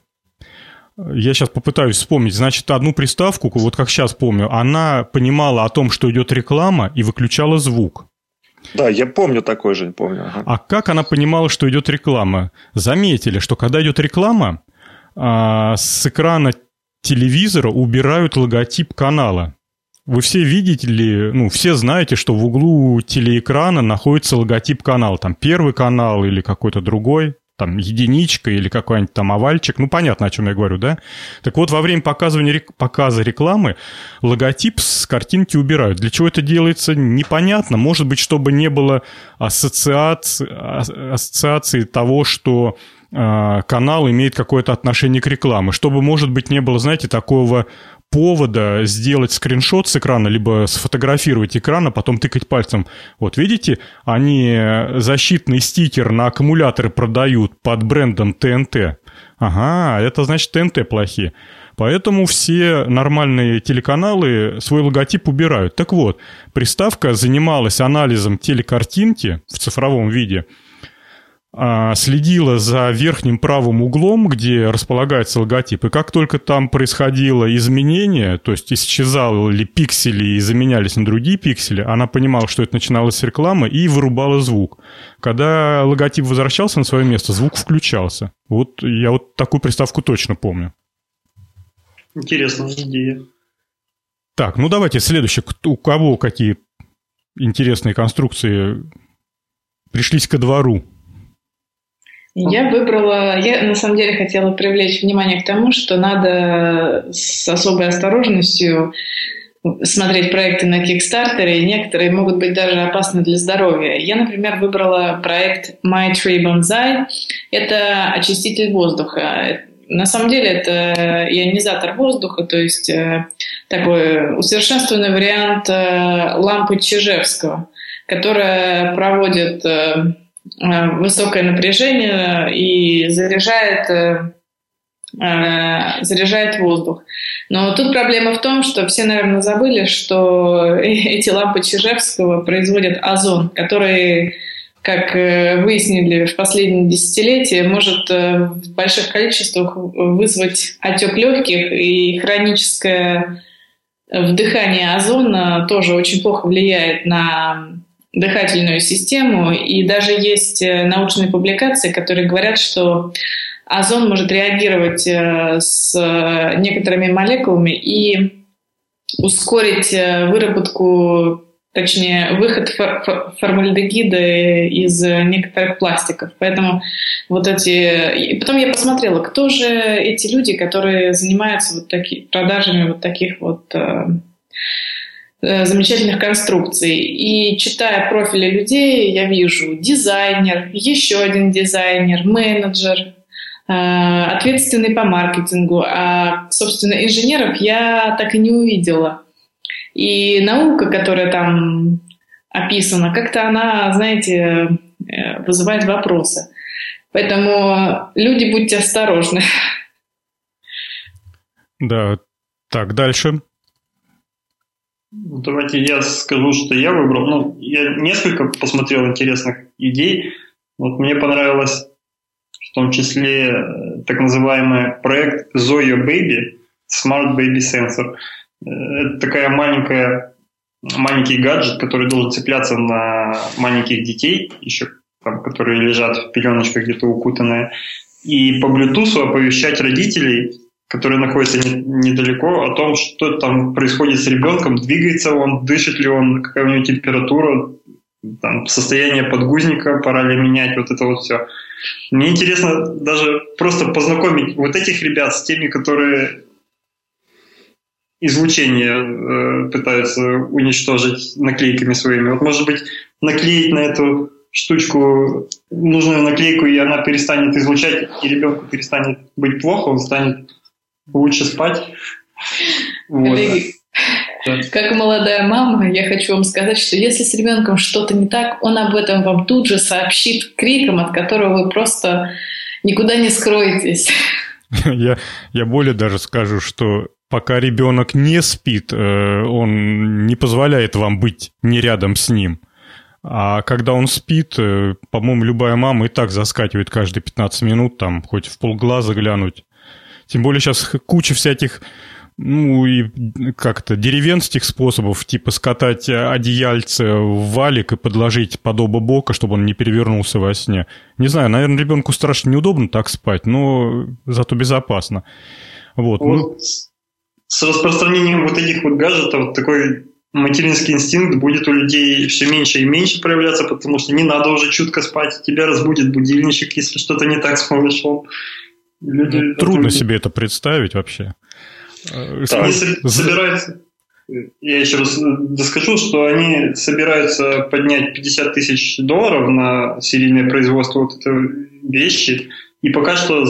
Я сейчас попытаюсь вспомнить. Значит, одну приставку, вот как сейчас помню, она понимала о том, что идет реклама, и выключала звук. Да, я помню такой же, помню. Ага. А как она понимала, что идет реклама? Заметили, что когда идет реклама, а, с экрана телевизора убирают логотип канала. Вы все видите ли, ну, все знаете, что в углу телеэкрана находится логотип канала. Там первый канал или какой-то другой, там единичка или какой-нибудь там овальчик. Ну, понятно, о чем я говорю, да? Так вот, во время показывания, показа рекламы логотип с картинки убирают. Для чего это делается, непонятно. Может быть, чтобы не было ассоциации, ассоциации того, что э, канал имеет какое-то отношение к рекламе. Чтобы, может быть, не было, знаете, такого повода сделать скриншот с экрана, либо сфотографировать экран, а потом тыкать пальцем. Вот видите, они защитный стикер на аккумуляторы продают под брендом тэ эн тэ. Ага, это значит тэ эн тэ плохие. Поэтому все нормальные телеканалы свой логотип убирают. Так вот, приставка занималась анализом телекартинки в цифровом виде, следила за верхним правым углом, где располагается логотип, и как только там происходило изменение, то есть исчезали пиксели и заменялись на другие пиксели, она понимала, что это начиналось с рекламы, и вырубала звук. Когда логотип возвращался на свое место, звук включался. Вот я вот такую приставку точно помню. Интересная идея. Так, ну давайте следующее. У кого какие интересные конструкции пришлись ко двору? Я выбрала, я на самом деле хотела привлечь внимание к тому, что надо с особой осторожностью смотреть проекты на Kickstarter, и некоторые могут быть даже опасны для здоровья. Я, например, выбрала проект My Tree Bonsai. Это очиститель воздуха. На самом деле это ионизатор воздуха, то есть такой усовершенствованный вариант лампы Чижевского, которая проводит высокое напряжение и заряжает, заряжает воздух. Но тут проблема в том, что все, наверное, забыли, что эти лампы Чижевского производят озон, который как выяснили в последние десятилетия, может в больших количествах вызвать отек легких, и хроническое вдыхание озона тоже очень плохо влияет на дыхательную систему. И даже есть научные публикации, которые говорят, что озон может реагировать с некоторыми молекулами и ускорить выработку, точнее, выход формальдегида из некоторых пластиков. Поэтому вот эти... И потом я посмотрела, кто же эти люди, которые занимаются вот таки... продажами вот таких вот э, замечательных конструкций. И читая профили людей, я вижу дизайнер, еще один дизайнер, менеджер, ответственный по маркетингу, а, собственно, инженеров я так и не увидела. И наука, которая там описана, как-то она, знаете, вызывает вопросы. Поэтому люди, будьте осторожны. Да, так, дальше. Давайте я скажу, что я выбрал. Ну, я несколько посмотрел интересных идей. Вот мне понравилось в том числе так называемый проект Zoyo Baby, Smart Baby Sensor. Это такая маленькая, маленький гаджет, который должен цепляться на маленьких детей, еще там, которые лежат в пеленочках где-то укутанные, и по Bluetooth оповещать родителей, которые находятся не, недалеко, о том, что там происходит с ребенком, двигается он, дышит ли он, какая у него температура, там, состояние подгузника, пора ли менять, вот это вот все. Мне интересно даже просто познакомить вот этих ребят с теми, которые излучение э, пытаются уничтожить наклейками своими. Вот, может быть, наклеить на эту штучку нужную наклейку, и она перестанет излучать, и ребенку перестанет быть плохо, он станет лучше спать. Вот. Как молодая мама, я хочу вам сказать, что если с ребенком что-то не так, он об этом вам тут же сообщит криком, от которого вы просто никуда не скроетесь. Я, я более даже скажу, что пока ребенок не спит, он не позволяет вам быть не рядом с ним. А когда он спит, по-моему, любая мама и так заскакивает каждые пятнадцать минут, там, хоть в полглаза глянуть. Тем более сейчас куча всяких... Ну, и как-то деревенских способов, типа скатать одеяльце в валик и подложить под оба бока, чтобы он не перевернулся во сне. Не знаю, наверное, ребенку страшно неудобно так спать, но зато безопасно. Вот. Вот Ну... С распространением вот этих вот гаджетов такой материнский инстинкт будет у людей все меньше и меньше проявляться, потому что не надо уже чутко спать, тебя разбудит будильничек, если что-то не так с малышом. Люди... Ну, трудно себе это представить вообще. Они собираются, я еще раз доскажу, что они собираются поднять пятьдесят тысяч долларов на серийное производство вот этой вещи, и пока что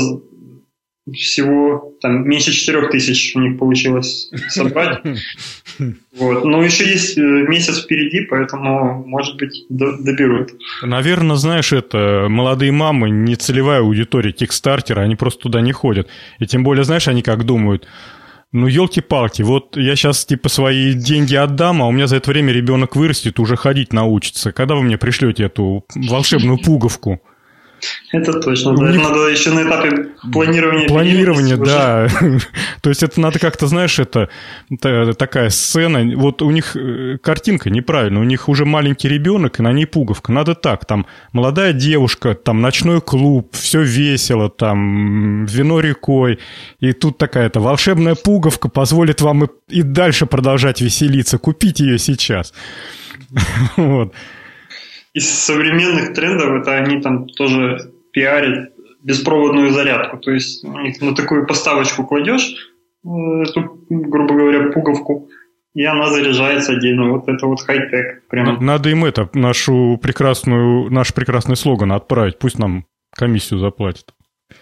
всего там меньше четырех тысяч у них получилось собрать. Вот. Но еще есть месяц впереди, поэтому, может быть, доберут. Наверное, знаешь, это молодые мамы, не целевая аудитория Кикстартера, они просто туда не ходят. И тем более, знаешь, они как думают: ну, елки-палки, вот я сейчас типа свои деньги отдам, а у меня за это время ребенок вырастет, уже ходить научится. Когда вы мне пришлете эту волшебную пуговку? Это точно, да. них... Это надо еще на этапе планирования. Планирование, да. То есть это надо как-то, знаешь, это, это такая сцена. Вот у них картинка неправильная. У них уже маленький ребенок, и на ней пуговка. Надо так, там молодая девушка, там ночной клуб, все весело, там вино рекой. И тут такая-то волшебная пуговка позволит вам и, и дальше продолжать веселиться. Купите ее сейчас. Вот. Из современных трендов это они там тоже пиарят беспроводную зарядку. То есть на такую поставочку кладешь эту, грубо говоря, пуговку, и она заряжается отдельно. Вот это вот хай-тек. Прямо. Надо им это, нашу прекрасную, наш прекрасный слоган отправить. Пусть нам комиссию заплатят.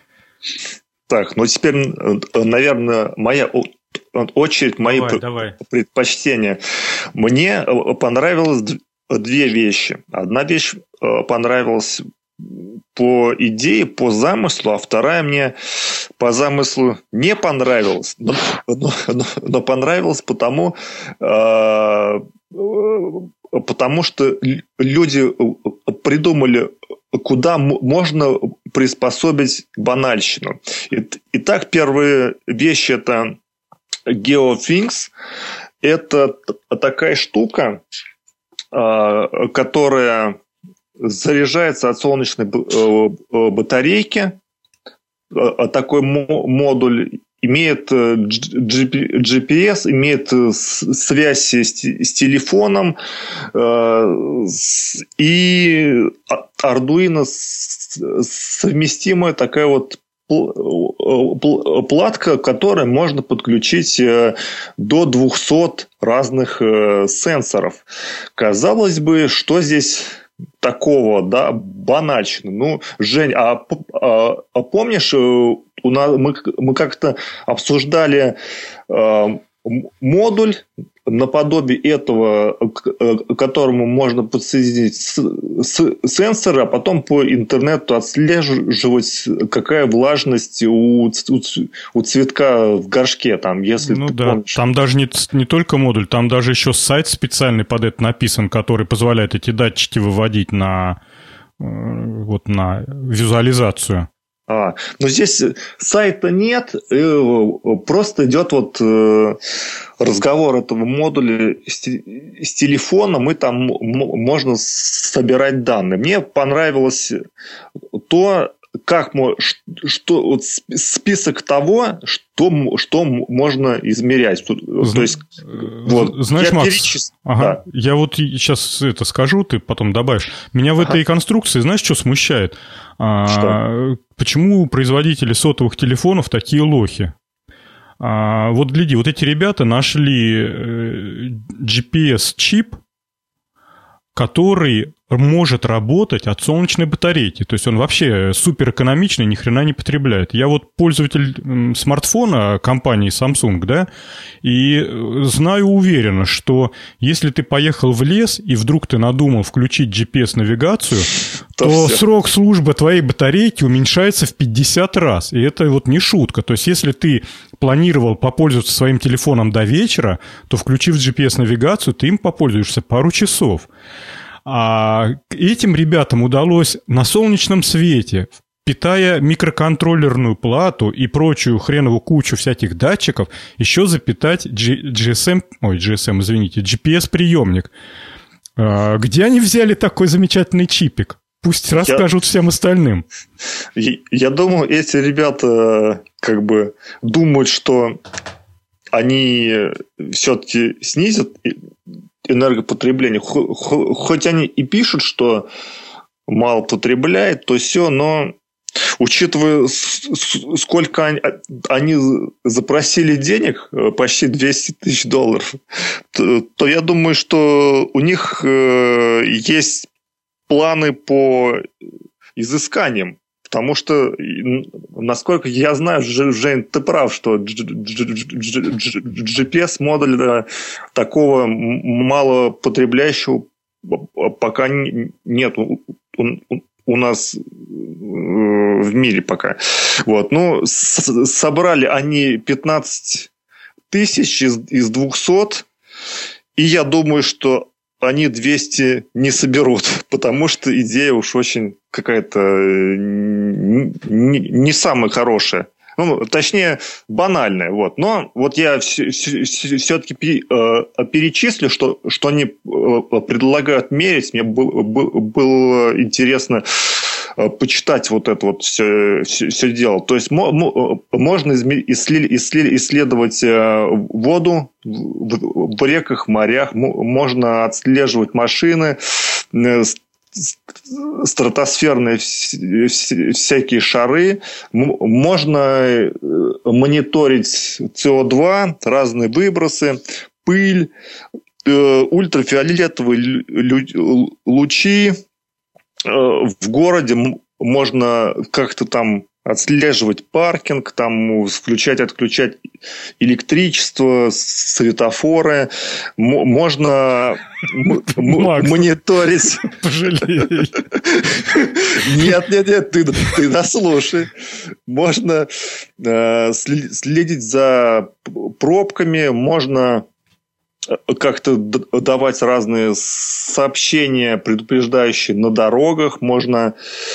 Так, ну теперь, наверное, моя очередь, мои давай, давай. предпочтения. Мне понравилось две вещи. Одна вещь понравилась по идее, по замыслу, а вторая мне по замыслу не понравилась, но, но, но, но понравилась потому, э, потому что люди придумали, куда можно приспособить банальщину. Итак, первые вещи – это GeoThings. Это такая штука, которая заряжается от солнечной батарейки. Такой модуль имеет джи пи эс, имеет связь с телефоном и Arduino совместимая такая вот платка, к которой можно подключить до двухсот разных сенсоров. Казалось бы, что здесь такого, да, банальщины. Ну, Жень, а, а, а помнишь, у нас, мы, мы как-то обсуждали э, модуль наподобие этого, к которому можно подсоединить с, с, сенсоры, а потом по интернету отслеживать, какая влажность у, у, у цветка в горшке. Там, если ну ты да, помнишь. Там даже не, не только модуль, там даже еще сайт специальный под это написан, который позволяет эти датчики выводить на, вот, на визуализацию. А, но здесь сайта нет, просто идет вот разговор этого модуля с телефоном, и там можно собирать данные. Мне понравилось то, как что вот список того, что, что можно измерять. Зна- то есть, вот, знаешь, Макс, перечис... ага, да. Я вот сейчас это скажу, ты потом добавишь. Меня в ага. этой конструкции, знаешь, что смущает? Что? А, почему производители сотовых телефонов такие лохи? А, вот гляди, вот эти ребята нашли джи пи эс-чип, который может работать от солнечной батарейки. То есть он вообще суперэкономичный, ни хрена не потребляет. Я вот пользователь смартфона компании Samsung, да, и знаю уверенно, что если ты поехал в лес и вдруг ты надумал включить джи пи эс-навигацию, то, то срок службы твоей батарейки уменьшается в пятьдесят раз. И это вот не шутка. То есть если ты планировал попользоваться своим телефоном до вечера, то, включив джи пи эс-навигацию, ты им попользуешься пару часов. А этим ребятам удалось на солнечном свете, питая микроконтроллерную плату и прочую хреновую кучу всяких датчиков, еще запитать джи эс эм, ой, джи эс эм, извините, джи пи эс-приемник. А где они взяли такой замечательный чипик? Пусть расскажут я, всем остальным. Я, я думаю, эти ребята как бы думают, что они все-таки снизят энергопотребление. Хоть они и пишут, что мало потребляет, то все, но учитывая, сколько они, они запросили денег, почти двести тысяч долларов, то, то я думаю, что у них есть планы по изысканиям. Потому что, насколько я знаю, Жень, ты прав, что джи пи эс-модуля такого малопотребляющего пока нет у нас в мире пока. Вот. Ну, собрали они пятнадцать тысяч из двухсот, и я думаю, что они двести не соберут, потому что идея уж очень какая-то не, не самая хорошая. Ну, точнее, банальная. Вот. Но вот я все-таки перечислю, что, что они предлагают мерить. Мне было интересно почитать вот это вот все, все, все дело. То есть можно исследовать воду в реках, морях, можно отслеживать машины, стратосферные всякие шары, можно мониторить си о два, разные выбросы, пыль, ультрафиолетовые лучи. В городе можно как-то там отслеживать паркинг, там включать, отключать электричество, светофоры. Можно мониторить. Пожалей. Нет, нет, нет, ты, ты дослушай. Можно следить за пробками, можно как-то давать разные сообщения, предупреждающие на дорогах, можно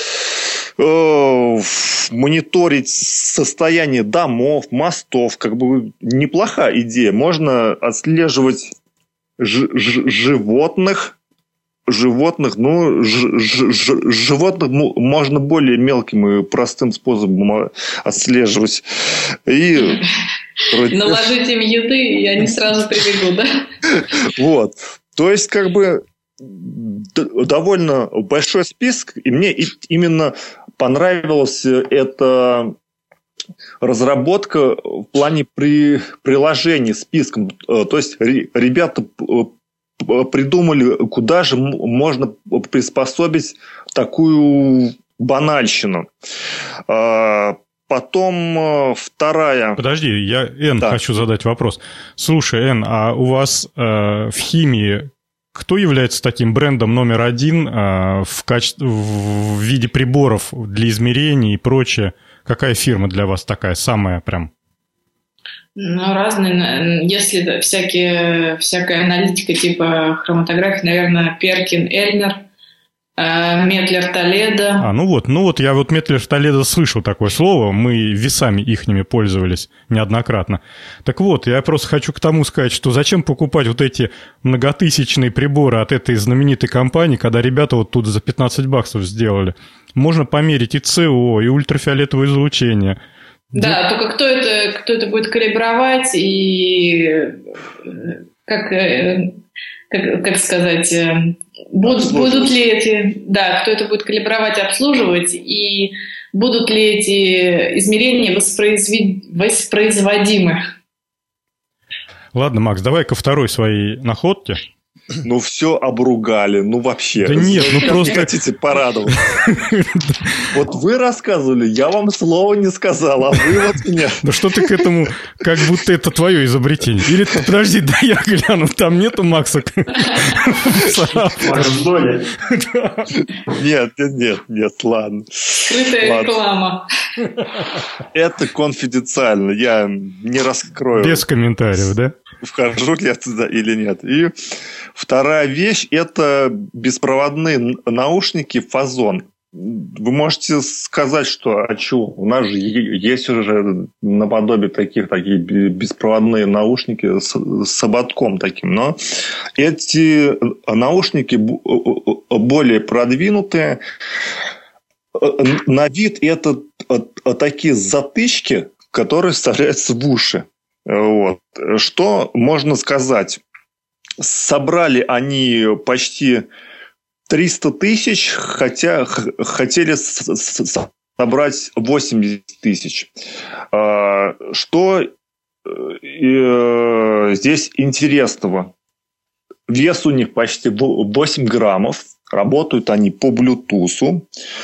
э, мониторить состояние домов, мостов, как бы неплохая идея. Можно отслеживать ж- ж- животных, животных, ну, ж- ж- ж- животных можно более мелким и простым способом отслеживать. И наложить им еды, и они сразу прибегут, да? Вот. То есть, как бы, довольно большой список, и мне именно понравилась эта разработка в плане при, приложений списком. То есть, ребята придумали, куда же можно приспособить такую банальщину. Потом вторая... Подожди, я, Эн, да. хочу задать вопрос. Слушай, Эн, а у вас э, в химии кто является таким брендом номер один э, в, качестве, в виде приборов для измерений и прочее? Какая фирма для вас такая, самая прям? Ну, разные. Если всякие, всякая аналитика типа хроматографии, наверное, Перкин, Эльмер, Метлер, Толедо. А, ну вот, ну вот я вот Метлер, Толедо слышал такое слово, мы весами ихними пользовались неоднократно. Так вот, я просто хочу к тому сказать, что зачем покупать вот эти многотысячные приборы от этой знаменитой компании, когда ребята вот тут за пятнадцать баксов сделали. Можно померить и ЦО, и ультрафиолетовое излучение. Да, Где... только кто это, кто это будет калибровать и как, как, как сказать, будут, будут ли эти, да, кто это будет калибровать, обслуживать, и будут ли эти измерения воспроизвед... воспроизводимы. Ладно, Макс, давай ко второй своей находке. Ну, все обругали, ну, вообще. Да нет, ну, просто... Не хотите порадоваться. Вот вы рассказывали, я вам слова не сказал, а вы вот меня... Ну, что ты к этому, как будто это твое изобретение. Или, подожди, да я гляну, там нету Макса. Нет, нет, нет, нет, ладно. Скрытая реклама. Это конфиденциально, я не раскрою. Без комментариев, да? Вхожу ли я туда или нет. И вторая вещь – это беспроводные наушники «Фазон». Вы можете сказать, что а что, у нас же есть уже наподобие таких, такие беспроводные наушники с, с ободком таким. Но эти наушники более продвинутые. На вид это такие затычки, которые вставляются в уши. Вот. Что можно сказать? Собрали они почти триста тысяч, хотя хотели собрать восемьдесят тысяч. Что здесь интересного? Вес у них почти восемь граммов. Работают они по Bluetooth.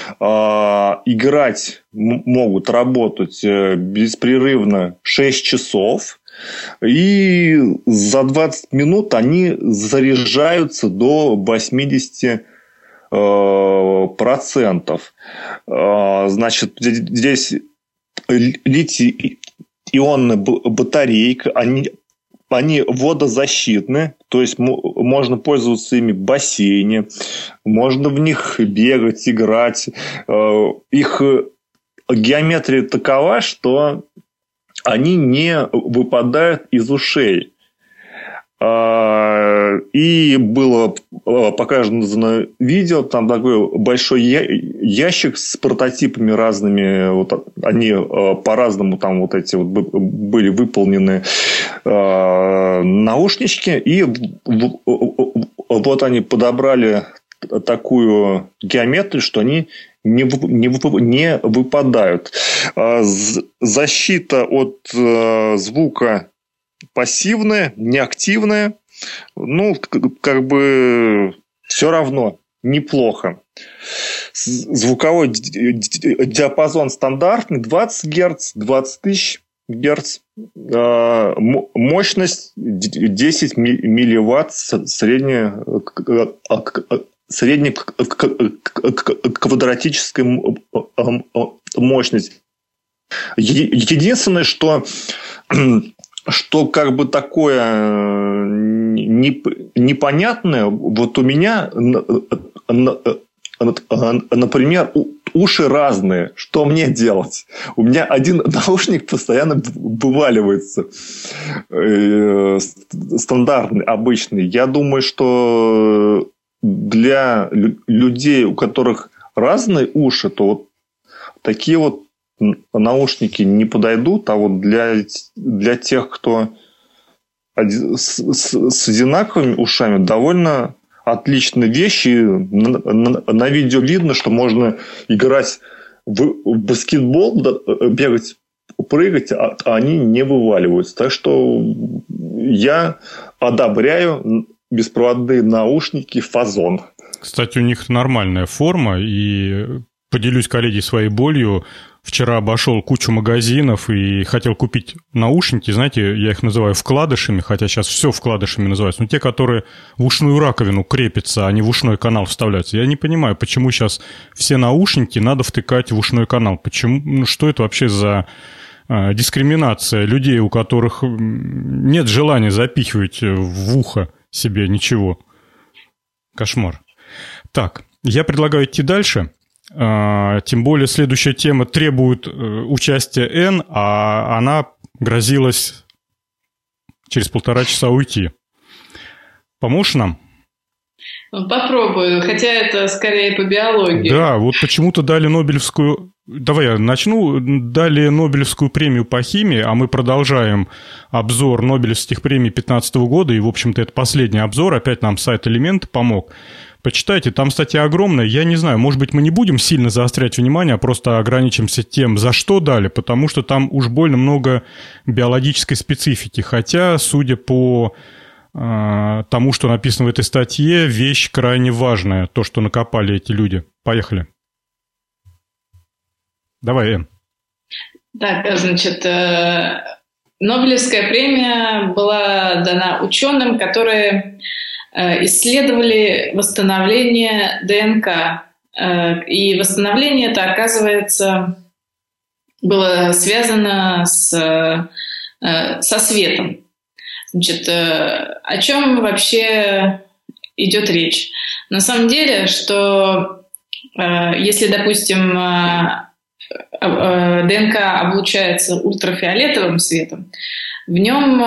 Играть могут, работать беспрерывно шесть часов. И за двадцать минут они заряжаются до восемьдесят процентов. Значит, здесь литий-ионная батарейка. Они, они водозащитны. То есть можно пользоваться ими в бассейне. Можно в них бегать, играть. Их геометрия такова, что они не выпадают из ушей. И было показано видео, там такой большой ящик с прототипами разными, вот они по-разному там вот эти вот были выполнены наушнички, и вот они подобрали такую геометрию, что они не, не, не выпадают. Защита от звука пассивная, неактивная. Ну, как бы все равно неплохо. Звуковой диапазон стандартный двадцать герц, двадцать тысяч герц. Мощность десять милливатт, средняя средняя квадратическая мощность. Единственное, что что как бы такое непонятное, вот у меня, например, уши разные. Что мне делать? У меня один наушник постоянно вываливается. Стандартный, обычный. Я думаю, что для людей, у которых разные уши, то вот такие вот наушники не подойдут. А вот для, для тех, кто с, с, с одинаковыми ушами, довольно отличные вещи. На, на, на видео видно, что можно играть в, в баскетбол, бегать, прыгать, а, а они не вываливаются. Так что я одобряю беспроводные наушники Фазон. Кстати, у них нормальная форма, и поделюсь, коллеги, своей болью. Вчера обошел кучу магазинов и хотел купить наушники, знаете, я их называю вкладышами, хотя сейчас все вкладышами называются, но те, которые в ушную раковину крепятся, а не в ушной канал вставляются. Я не понимаю, почему сейчас все наушники надо втыкать в ушной канал. Почему, ну, что это вообще за а, дискриминация людей, у которых нет желания запихивать в ухо себе ничего? Кошмар. Так, я предлагаю идти дальше. Тем более следующая тема требует участия Н, а она грозилась через полтора часа уйти. Поможешь нам? Попробую, хотя это скорее по биологии. Да, вот почему-то дали Нобелевскую... Давай я начну. Дали Нобелевскую премию по химии, а мы продолжаем обзор Нобелевских премий две тысячи пятнадцатого года, и, в общем-то, это последний обзор. Опять нам сайт «Элементы» помог. Почитайте, там статья огромная. Я не знаю, может быть, мы не будем сильно заострять внимание, а просто ограничимся тем, за что дали, потому что там уж больно много биологической специфики. Хотя, судя по э, тому, что написано в этой статье, вещь крайне важная, то, что накопали эти люди. Поехали. Давай, Эн. Так, значит, э, Нобелевская премия была дана ученым, которые исследовали восстановление ДНК. И восстановление это, оказывается, было связано с, со светом. Значит, о чем вообще идет речь? На самом деле, что если, допустим, ДНК облучается ультрафиолетовым светом, в нем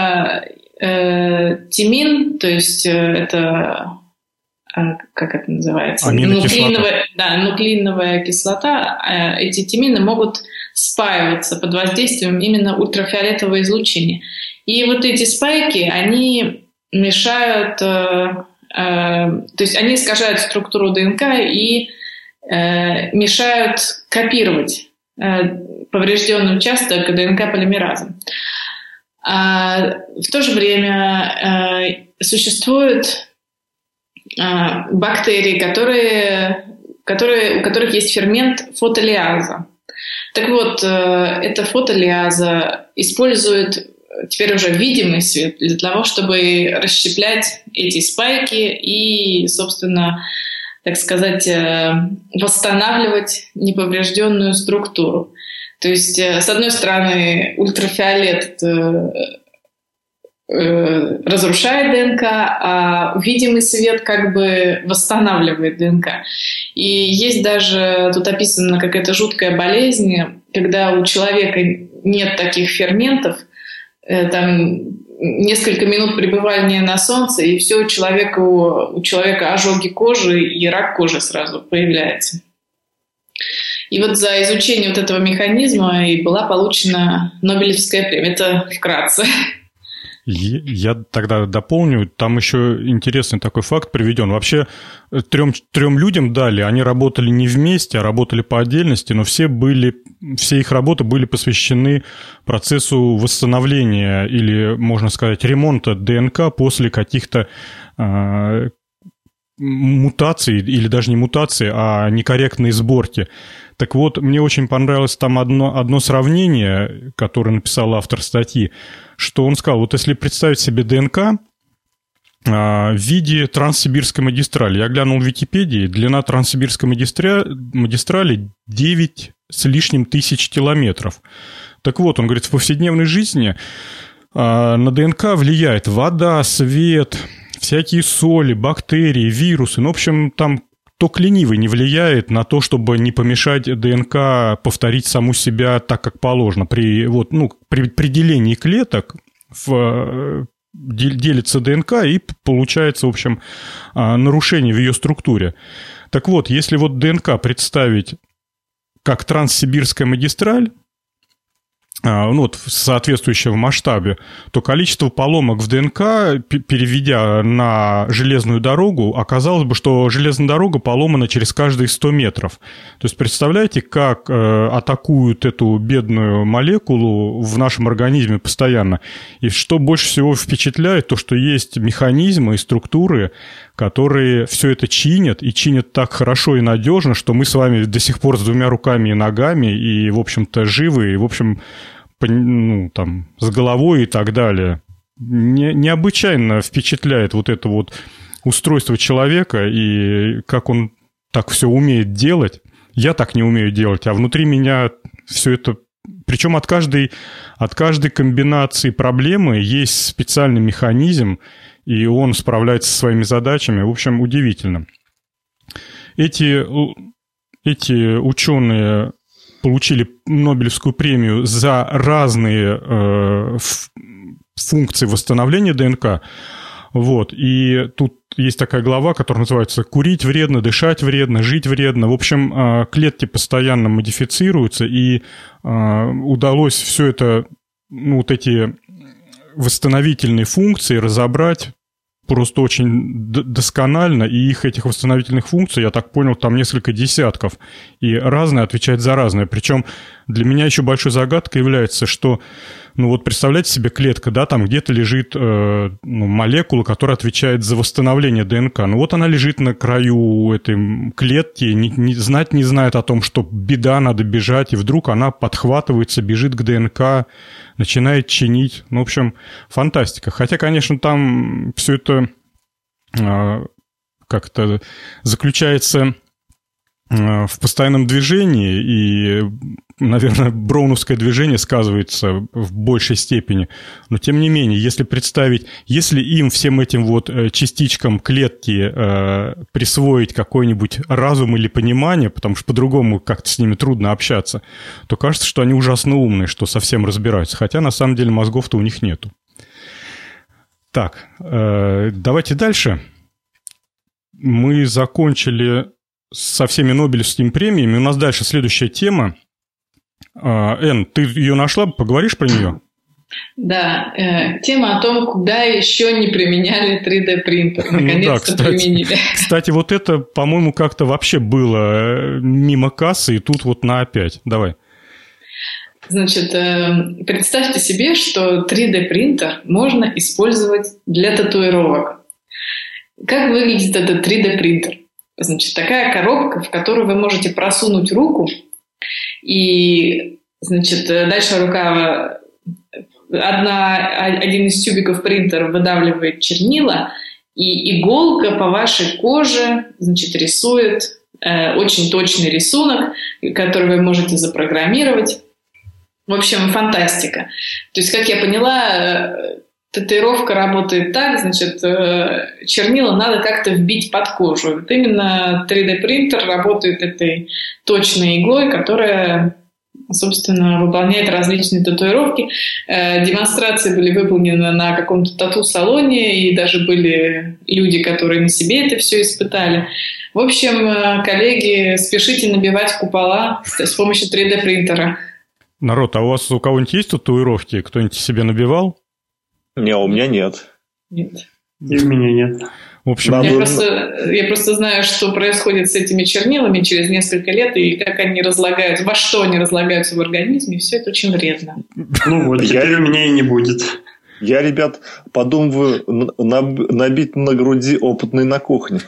тимин, то есть это, как это называется? Нуклеиновая, да, нуклеиновая кислота. Эти тимины могут спаиваться под воздействием именно ультрафиолетового излучения. И вот эти спайки, они мешают, то есть они искажают структуру ДНК и мешают копировать поврежденный участок ДНК полимеразом. А в то же время э, существуют э, бактерии, которые, которые, у которых есть фермент фотолиаза. Так вот, э, эта фотолиаза использует теперь уже видимый свет для того, чтобы расщеплять эти спайки и, собственно, так сказать, э, восстанавливать неповрежденную структуру. То есть, с одной стороны, ультрафиолет разрушает ДНК, а видимый свет как бы восстанавливает ДНК. И есть даже, тут описана какая-то жуткая болезнь, когда у человека нет таких ферментов, там несколько минут пребывания на солнце, и все, у человека, у человека ожоги кожи и рак кожи сразу появляется. И вот за изучение вот этого механизма и была получена Нобелевская премия. Это вкратце. Я тогда дополню, там еще интересный такой факт приведен. Вообще трем, трем людям дали, они работали не вместе, а работали по отдельности, но все, были, все их работы были посвящены процессу восстановления или, можно сказать, ремонта ДНК после каких-то э, мутаций, или даже не мутаций, а некорректной сборки. Так вот, мне очень понравилось там одно, одно сравнение, которое написал автор статьи, что он сказал, вот если представить себе ДНК а, в виде Транссибирской магистрали. Я глянул в Википедии, длина Транссибирской магистрали, магистрали девять с лишним тысяч километров. Так вот, он говорит, в повседневной жизни На ДНК влияет вода, свет, всякие соли, бактерии, вирусы. Ну, в общем, там только ленивый не влияет на то, чтобы не помешать ДНК повторить саму себя так, как положено. При, вот, ну, при, при делении клеток в, делится ДНК, и получается, в общем, нарушение в ее структуре. Так вот, если вот ДНК представить как транссибирская магистраль, ну, вот в соответствующем масштабе, то количество поломок в ДНК, переведя на железную дорогу, оказалось бы, что железная дорога поломана через каждые сто метров. То есть представляете, как э, атакуют эту бедную молекулу в нашем организме постоянно. И что больше всего впечатляет, то, что есть механизмы и структуры, которые все это чинят, и чинят так хорошо и надежно, что мы с вами до сих пор с двумя руками и ногами, и, в общем-то, живы, и, в общем, ну, там, с головой и так далее. Не, необычайно впечатляет вот это вот устройство человека, и как он так все умеет делать. Я так не умею делать, а внутри меня все это... Причем от каждой, от каждой комбинации проблемы есть специальный механизм, и он справляется со своими задачами. В общем, удивительно. Эти, эти ученые получили Нобелевскую премию за разные э, функции восстановления ДНК. Вот. И тут есть такая глава, которая называется «Курить вредно, дышать вредно, жить вредно». В общем, э, клетки постоянно модифицируются, и э, удалось все это, ну, вот эти восстановительные функции разобрать просто очень досконально, и их, этих восстановительных функций, я так понял, там несколько десятков, и разные отвечают за разное. Причем для меня еще большой загадкой является, что, ну вот представляете себе клетка, да, там где-то лежит э, ну, молекула, которая отвечает за восстановление ДНК. Ну вот она лежит на краю этой клетки, не, не, знать не знает о том, что беда, надо бежать, и вдруг она подхватывается, бежит к ДНК, начинает чинить. Ну, в общем, фантастика. Хотя, конечно, там все это э, как-то заключается э, в постоянном движении, и, наверное, броуновское движение сказывается в большей степени. Но, тем не менее, если представить, если им, всем этим вот частичкам клетки э, присвоить какой-нибудь разум или понимание, потому что по-другому как-то с ними трудно общаться, то кажется, что они ужасно умные, что совсем разбираются. Хотя, на самом деле, мозгов-то у них нету. Так, э, давайте дальше. Мы закончили со всеми Нобелевскими премиями. У нас дальше следующая тема. Эн, ты ее нашла? Поговоришь про нее? Да, э, тема о том, куда еще не применяли три дэ принтер. Наконец-то ну да, применили. Кстати, вот это, по-моему, как-то вообще было мимо кассы, и тут вот на опять. Давай. Значит, э, представьте себе, что три дэ принтер можно использовать для татуировок. Как выглядит этот три дэ принтер? Значит, такая коробка, в которую вы можете просунуть руку, и, значит, дальше рука, одна, один из тюбиков принтера выдавливает чернила, и иголка по вашей коже, значит, рисует э, очень точный рисунок, который вы можете запрограммировать. В общем, фантастика. То есть, как я поняла, татуировка работает так, значит, чернила надо как-то вбить под кожу. Вот именно три дэ принтер работает этой точной иглой, которая, собственно, выполняет различные татуировки. Демонстрации были выполнены на каком-то тату-салоне, и даже были люди, которые на себе это все испытали. В общем, коллеги, спешите набивать купола с помощью три дэ принтера. Народ, а у вас у кого-нибудь есть татуировки? Кто-нибудь себе набивал? Не, у меня нет. Нет. И у меня нет. В общем, я, я... просто, я просто знаю, что происходит с этими чернилами через несколько лет, и как они разлагаются, во что они разлагаются в организме, и все это очень вредно. Ну вот, теперь у меня и не будет. Я, ребят, подумываю набить на груди опытный на кухне.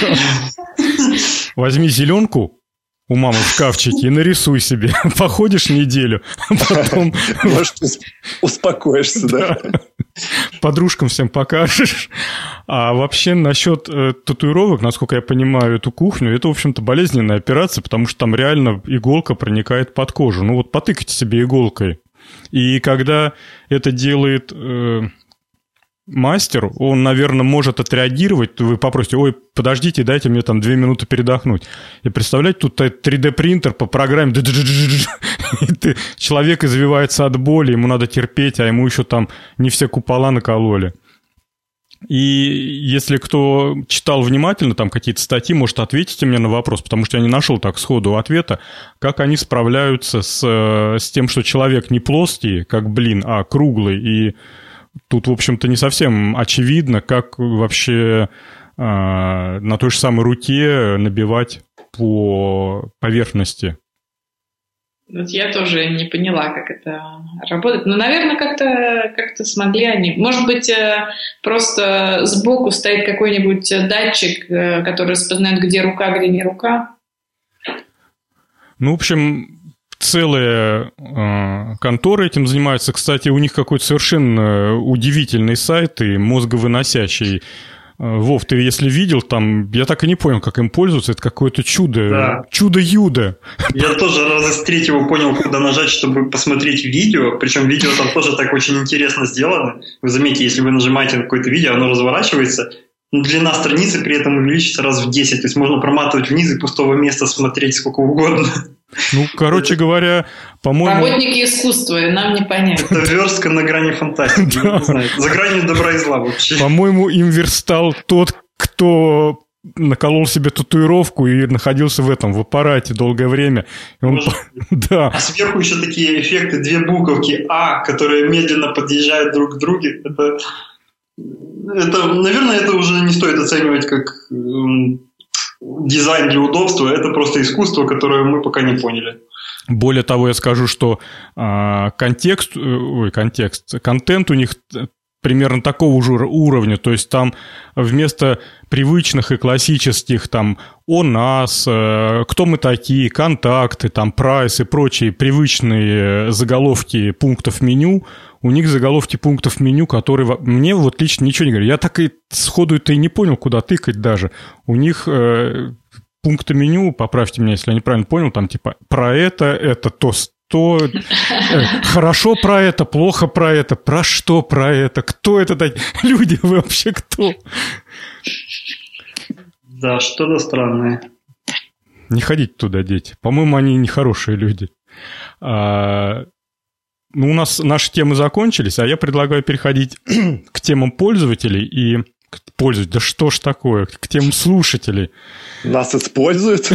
Возьми зеленку у мамы в шкафчике и нарисуй себе. Походишь неделю, а потом... Может, успокоишься, да? Подружкам всем покажешь. А вообще насчет э, татуировок, насколько я понимаю эту кухню, это, в общем-то, болезненная операция, потому что там реально иголка проникает под кожу. Ну вот потыкайте себе иголкой И когда это делает э, мастер, он, наверное, может отреагировать. Вы попросите: ой, подождите, дайте мне там две минуты передохнуть. И представляете, тут три дэ-принтер по программе, и человек извивается от боли, ему надо терпеть, а ему еще там не все купола накололи. И если кто читал внимательно там какие-то статьи, может, ответите мне на вопрос, потому что я не нашел так сходу ответа, как они справляются с, с тем, что человек не плоский, как блин, а круглый. И тут, в общем-то, не совсем очевидно, как вообще э, на той же самой руке набивать по поверхности. Вот я тоже не поняла, как это работает. Но, наверное, как-то, как-то смогли они. Может быть, просто сбоку стоит какой-нибудь датчик, который распознает, где рука, где не рука. Ну, в общем, целые э, конторы этим занимаются. Кстати, у них какой-то совершенно удивительный сайт и мозговыносящий. Вов, ты если видел, там, я так и не понял, как им пользоваться, это какое-то чудо, да. Чудо-юдо. Я тоже раза с третьего понял, куда нажать, чтобы посмотреть видео, причем видео там тоже так очень интересно сделано. Вы заметите, если вы нажимаете на какое-то видео, оно разворачивается, но длина страницы при этом увеличится раз в десять, то есть можно проматывать вниз и пустого места смотреть сколько угодно. Ну, короче говоря, по-моему... Работники искусства, нам не понять. Это верстка на грани фантастики, я не знаю. За гранью добра и зла вообще. По-моему, им верстал тот, кто наколол себе татуировку и находился в этом, в аппарате долгое время. И он... да. А сверху еще такие эффекты, две буковки А, которые медленно подъезжают друг к другу. Это, это, наверное, это уже не стоит оценивать как... дизайн для удобства, это просто искусство, которое мы пока не поняли. Более того, я скажу, что э, контекст, ой, контекст, контент у них примерно такого же уровня, то есть там вместо привычных и классических там «О нас», э, «Кто мы такие», «Контакты», там «Прайс» и прочие привычные заголовки пунктов меню, у них заголовки пунктов меню, которые мне вот лично ничего не говорят. Я так и сходу-то и не понял, куда тыкать даже. У них э, пункты меню, поправьте меня, если я неправильно понял, там типа про это, это, то, то, э, хорошо про это, плохо про это, про что про это, кто это такие, люди, вы вообще кто? Да, что-то странное. Не ходите туда, дети. По-моему, они нехорошие люди. А... Ну, у нас наши темы закончились, а я предлагаю переходить к темам пользователей и... Пользователей, да что ж такое? К темам слушателей. Нас используют?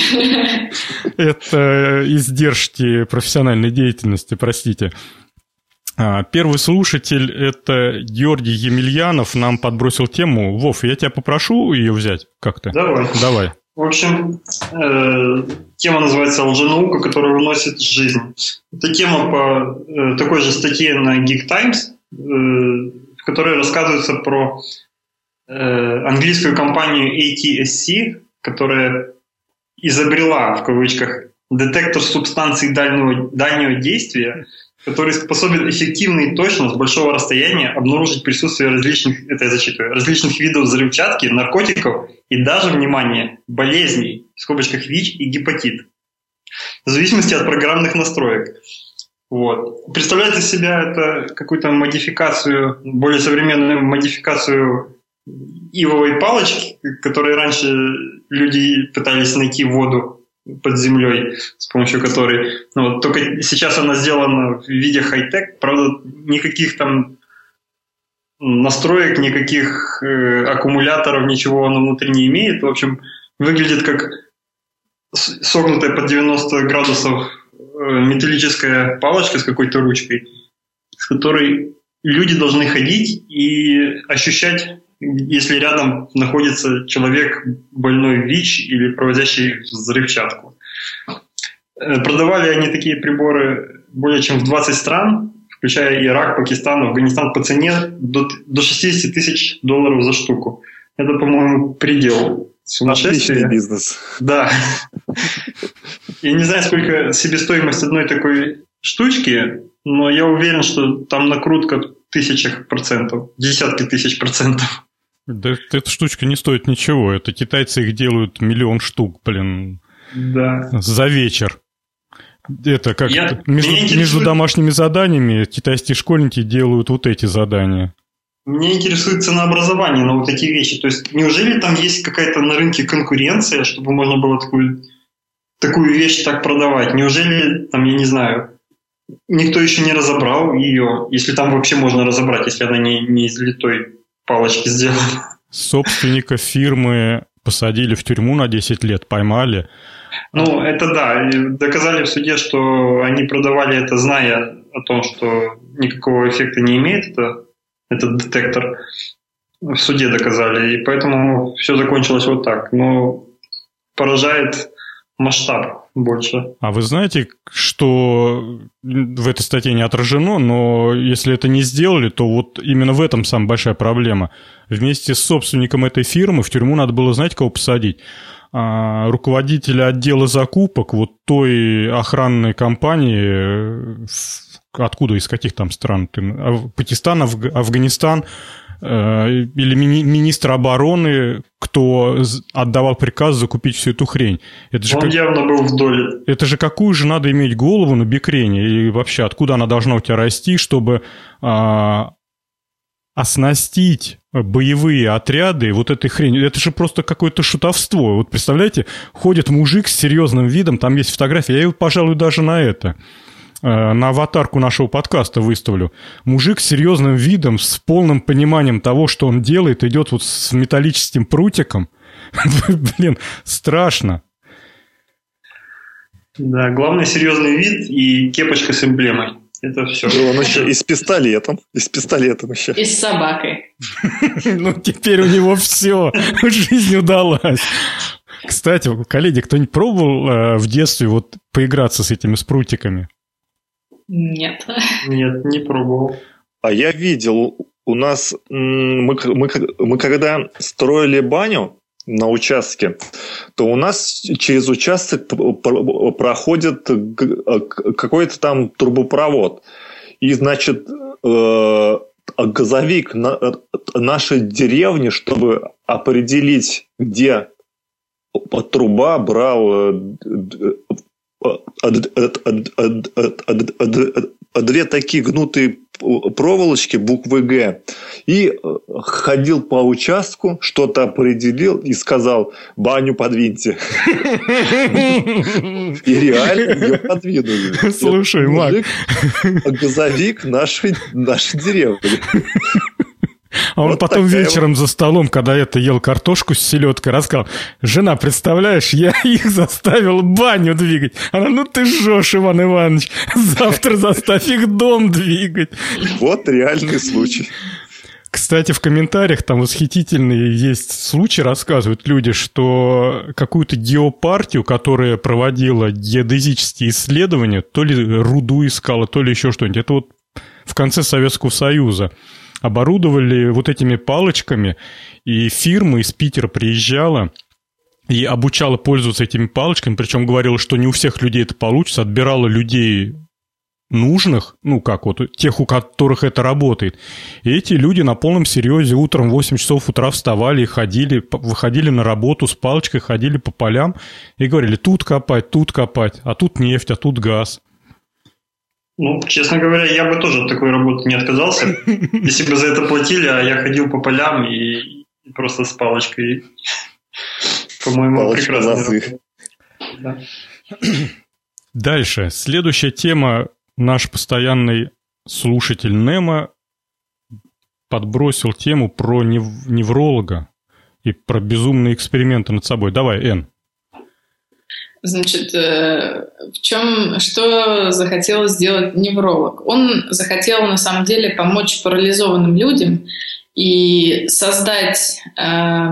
Это издержки профессиональной деятельности, простите. Первый слушатель – это Георгий Емельянов, нам подбросил тему. Вов, я тебя попрошу ее взять как-то? Давай. Давай. В общем, э, тема называется «Лженаука, которая уносит жизнь». Это тема по э, такой же статье на Geek Times, э, в которой рассказывается про э, английскую компанию эй ти эс си, которая изобрела, в кавычках, детектор субстанций дальнего, дальнего действия, который способен эффективно и точно с большого расстояния обнаружить присутствие различных, это я зачитываю, различных видов взрывчатки, наркотиков и даже, внимание, болезней, в скобочках ВИЧ и гепатит, в зависимости от программных настроек. Вот. Представляет из себя это какую-то модификацию, более современную модификацию ивовой палочки, которой раньше люди пытались найти воду под землей, с помощью которой... Ну, вот, только сейчас она сделана в виде хай-тек. Правда, никаких там настроек, никаких э, аккумуляторов, ничего она внутри не имеет. В общем, выглядит как согнутая под девяносто градусов э, металлическая палочка с какой-то ручкой, с которой люди должны ходить и ощущать, если рядом находится человек больной ВИЧ или проводящий взрывчатку. Продавали они такие приборы более чем в двадцать стран, включая Ирак, Пакистан, Афганистан, по цене до, до шестьдесят тысяч долларов за штуку. Это, по-моему, предел сумасшествия. Отличный бизнес. Да. Я не знаю, сколько себестоимость одной такой штучки, но я уверен, что там накрутка в тысячах процентов, десятки тысяч процентов. Да эта штучка не стоит ничего. Это китайцы их делают миллион штук, блин, да. за вечер. Это как Я, между, интересует... между домашними заданиями китайские школьники делают вот эти задания. Меня интересует ценообразование на вот такие вещи. То есть неужели там есть какая-то на рынке конкуренция, чтобы можно было такую, такую вещь так продавать? Неужели, там, я не знаю, никто еще не разобрал ее, если там вообще можно разобрать, если она не, не из литой палочки сделана? Собственника фирмы посадили в тюрьму на десять лет, поймали. Ну, это да. Доказали в суде, что они продавали это, зная о том, что никакого эффекта не имеет это, этот детектор. В суде доказали. И поэтому все закончилось вот так. Но поражает масштаб больше. А вы знаете, что в этой статье не отражено, но если это не сделали, то вот именно в этом самая большая проблема. Вместе с собственником этой фирмы в тюрьму надо было, знаете, кого посадить? А, руководителя отдела закупок вот той охранной компании, откуда, из каких там стран? Пакистан, Аф... Афганистан, или мини- министр обороны, кто отдавал приказ закупить всю эту хрень. Это же Он как... явно был в доле. Это же какую же надо иметь голову на бикрене? И вообще, откуда она должна у тебя расти, чтобы а, оснастить боевые отряды вот этой хренью? Это же просто какое-то шутовство. Вот представляете, ходит мужик с серьезным видом, там есть фотография, я его, пожалуй, даже на это... на аватарку нашего подкаста выставлю. Мужик с серьезным видом, с полным пониманием того, что он делает, идет вот с металлическим прутиком. Блин, страшно. Да, главный серьезный вид и кепочка с эмблемой. Это все. Он еще и с пистолетом. И с пистолетом еще. И с собакой. Ну, теперь у него все. Жизнь удалась. Кстати, коллеги, кто-нибудь пробовал в детстве вот поиграться с этими спрутиками? Нет. Нет, не пробовал. А я видел, у нас, мы, мы, мы когда строили баню на участке, то у нас через участок проходит какой-то там трубопровод. И, значит, газовик нашей деревни, чтобы определить, где труба, брал две такие гнутые проволочки буквы «Г» и ходил по участку, что-то определил и сказал: баню подвиньте. И реально ее подвинули. Слушай, Мак, газовик нашей, нашей деревни. А он вот потом такая... вечером за столом, когда это ел картошку с селедкой, рассказал: жена, представляешь, я их заставил баню двигать. Она: ну ты жжешь, Иван Иванович, завтра заставь их дом двигать. Вот реальный случай. Кстати, в комментариях там восхитительные есть случаи, рассказывают люди, что какую-то геопартию, которая проводила геодезические исследования, то ли руду искала, то ли еще что-нибудь, это вот в конце Советского Союза, оборудовали вот этими палочками, и фирма из Питера приезжала и обучала пользоваться этими палочками, причем говорила, что не у всех людей это получится, отбирала людей нужных, ну как вот, тех, у которых это работает. И эти люди на полном серьезе утром в восемь часов утра вставали и ходили, выходили на работу с палочкой, ходили по полям и говорили: тут копать, тут копать, а тут нефть, а тут газ. Ну, честно говоря, я бы тоже от такой работы не отказался, если бы за это платили, а я ходил по полям и, и просто с палочкой. По-моему, прекрасно. Да. Дальше. Следующая тема. Наш постоянный слушатель Немо подбросил тему про нев- невролога и про безумные эксперименты над собой. Давай, Эн. Значит, в чем, что захотел сделать невролог? Он захотел, на самом деле, помочь парализованным людям и создать э,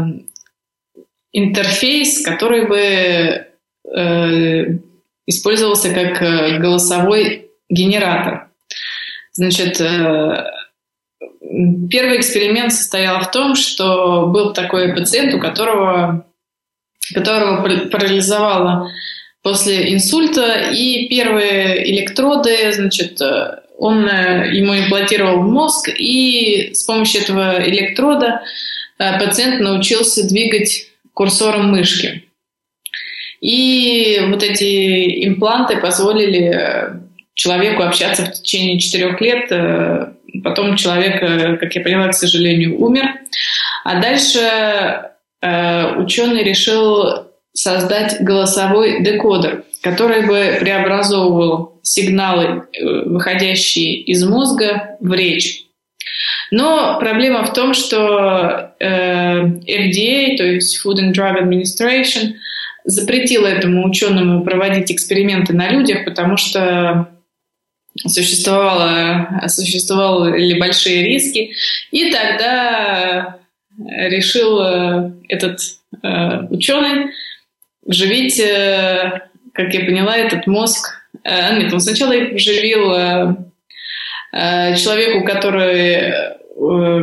интерфейс, который бы э, использовался как голосовой генератор. Значит, э, первый эксперимент состоял в том, что был такой пациент, у которого... которого парализовало после инсульта, и первые электроды, значит, он ему имплантировал в мозг, и с помощью этого электрода пациент научился двигать курсором мышки. И вот эти импланты позволили человеку общаться в течение четырех лет. Потом человек, как я поняла, к сожалению, умер. А дальше ученый решил создать голосовой декодер, который бы преобразовывал сигналы, выходящие из мозга, в речь. Но проблема в том, что эф ди эй, то есть Food and Drug Administration, запретила этому ученому проводить эксперименты на людях, потому что существовало, существовали большие риски. И тогда решил этот э, ученый вживить, э, как я поняла, этот мозг. Э, нет, он сначала их вживил э, э, человеку, который... Э,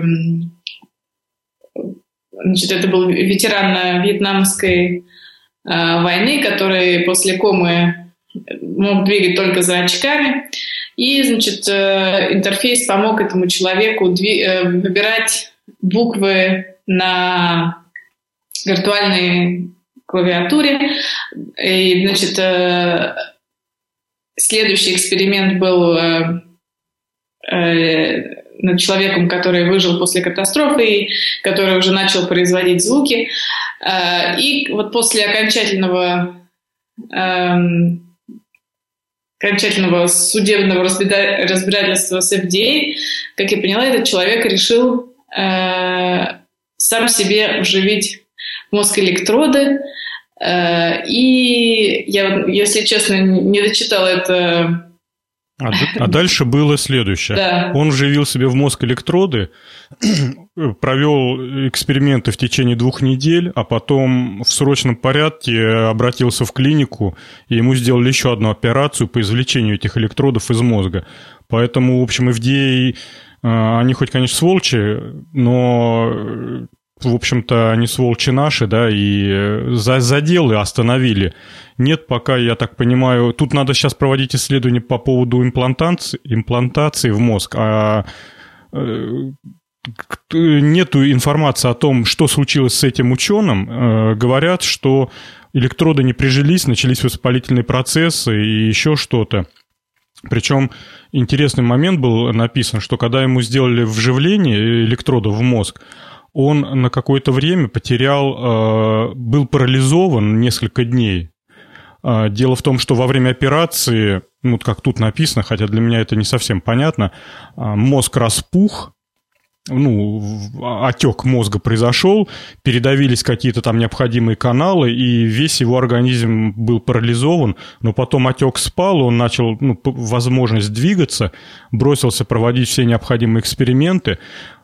значит, это был ветеран Вьетнамской э, войны, который после комы мог двигать только зрачками. И, значит, э, интерфейс помог этому человеку дви- э, выбирать буквы на виртуальной клавиатуре. И, значит, э, следующий эксперимент был э, э, над человеком, который выжил после катастрофы и который уже начал производить звуки. Э, и вот после окончательного, э, окончательного судебного разбирательства с эф ди эй, как я поняла, этот человек решил э, сам себе вживить в мозг электроды. Э, и я, если честно, не дочитала это. А, а дальше было следующее. Да. Он вживил себе в мозг электроды, провел эксперименты в течение двух недель, а потом в срочном порядке обратился в клинику, и ему сделали еще одну операцию по извлечению этих электродов из мозга. Поэтому, в общем, эф ди эй, они хоть, конечно, сволочи, но, в общем-то, они сволочи наши, да, и за, за дело остановили. Нет, пока, я так понимаю, тут надо сейчас проводить исследования по поводу имплантации, имплантации в мозг, а нету информации о том, что случилось с этим ученым. Говорят, что электроды не прижились, начались воспалительные процессы и еще что-то. Причем интересный момент был написан, что когда ему сделали вживление электродов в мозг, он на какое-то время потерял, был парализован несколько дней. Дело в том, что во время операции, ну, как тут написано, хотя для меня это не совсем понятно, мозг распух, ну, отек мозга произошел, передавились какие-то там необходимые каналы, и весь его организм был парализован, но потом отек спал, он начал, ну, возможность двигаться, бросился проводить все необходимые эксперименты.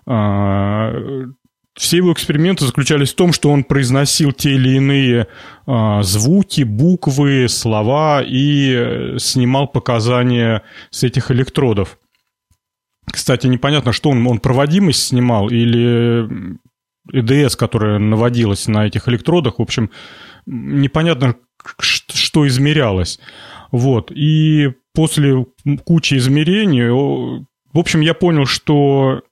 Все его эксперименты заключались в том, что он произносил те или иные а, звуки, буквы, слова и снимал показания с этих электродов. Кстати, непонятно, что он, он проводимость снимал или и ди эс, которая наводилась на этих электродах. В общем, непонятно, что измерялось. Вот. И после кучи измерений, в общем, я понял, что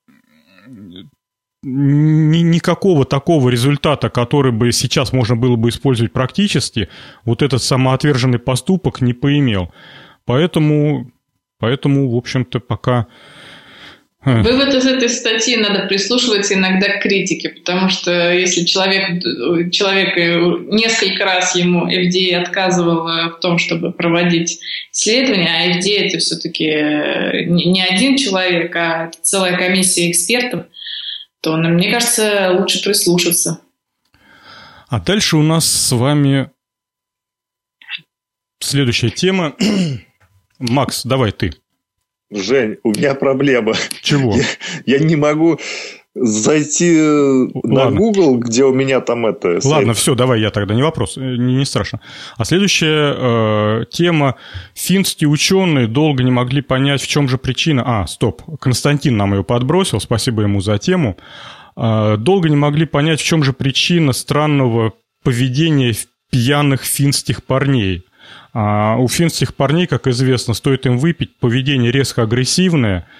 никакого такого результата, который бы сейчас можно было бы использовать практически, вот этот самоотверженный поступок не поимел. Поэтому, поэтому в общем-то, пока... Вывод из этой статьи: надо прислушиваться иногда к критике, потому что если человек, человек несколько раз ему эф ди эй отказывал в том, чтобы проводить исследования, а эф ди эй это все-таки не один человек, а целая комиссия экспертов, то, мне кажется, лучше прислушаться. А дальше у нас с вами следующая тема. Макс, давай ты. Жень, у меня проблема. Чего? Я, я не могу зайти Ладно. на Google, где у меня там это... Ладно, все, давай я тогда, не вопрос, не, не страшно. А следующая э, тема. Финские ученые долго не могли понять, в чем же причина... А, стоп, Константин нам ее подбросил, спасибо ему за тему. Э, долго не могли понять, в чем же причина странного поведения пьяных финских парней. А у финских парней, как известно, стоит им выпить, поведение резко агрессивное.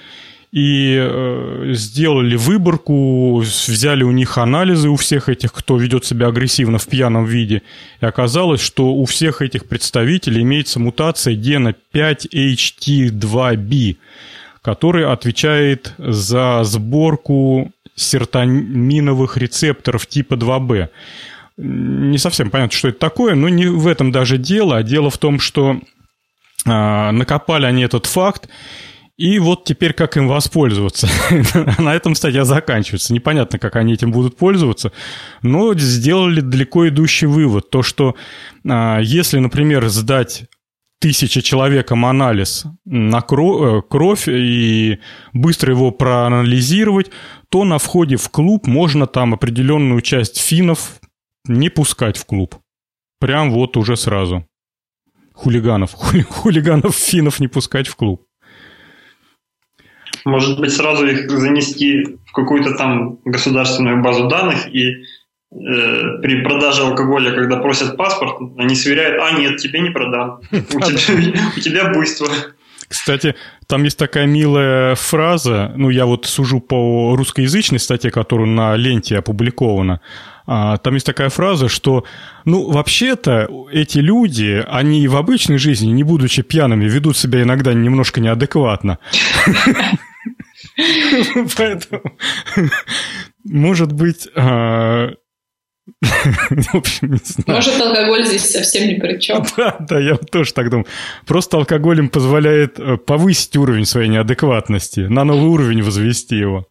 и э, сделали выборку, взяли у них анализы у всех этих, кто ведет себя агрессивно в пьяном виде, и оказалось, что у всех этих представителей имеется мутация гена пять эйч ти два би, который отвечает за сборку серотониновых рецепторов типа два бэ. Не совсем понятно, что это такое, но не в этом даже дело, а дело в том, что э, накопали они этот факт, и вот теперь как им воспользоваться. На этом статья заканчивается. Непонятно, как они этим будут пользоваться, но сделали далеко идущий вывод. То, что э, если, например, сдать тысяча человекам анализ на кровь и быстро его проанализировать, то на входе в клуб можно там определенную часть финнов не пускать в клуб. Прям вот уже сразу. Хулиганов. Хули, хулиганов финнов не пускать в клуб. Может быть, сразу их занести в какую-то там государственную базу данных и э, при продаже алкоголя, когда просят паспорт, они сверяют: а нет, тебе не продам. У тебя буйство. Кстати, там есть такая милая фраза, ну, я вот сужу по русскоязычной статье, которая на ленте опубликована. Там есть такая фраза, что, ну, вообще-то эти люди, они в обычной жизни, не будучи пьяными, ведут себя иногда немножко неадекватно. Поэтому, может быть... В общем, не знаю. Может, алкоголь здесь совсем ни при чем. Да, да, я тоже так думаю. Просто алкоголь им позволяет повысить уровень своей неадекватности, на новый уровень возвести его.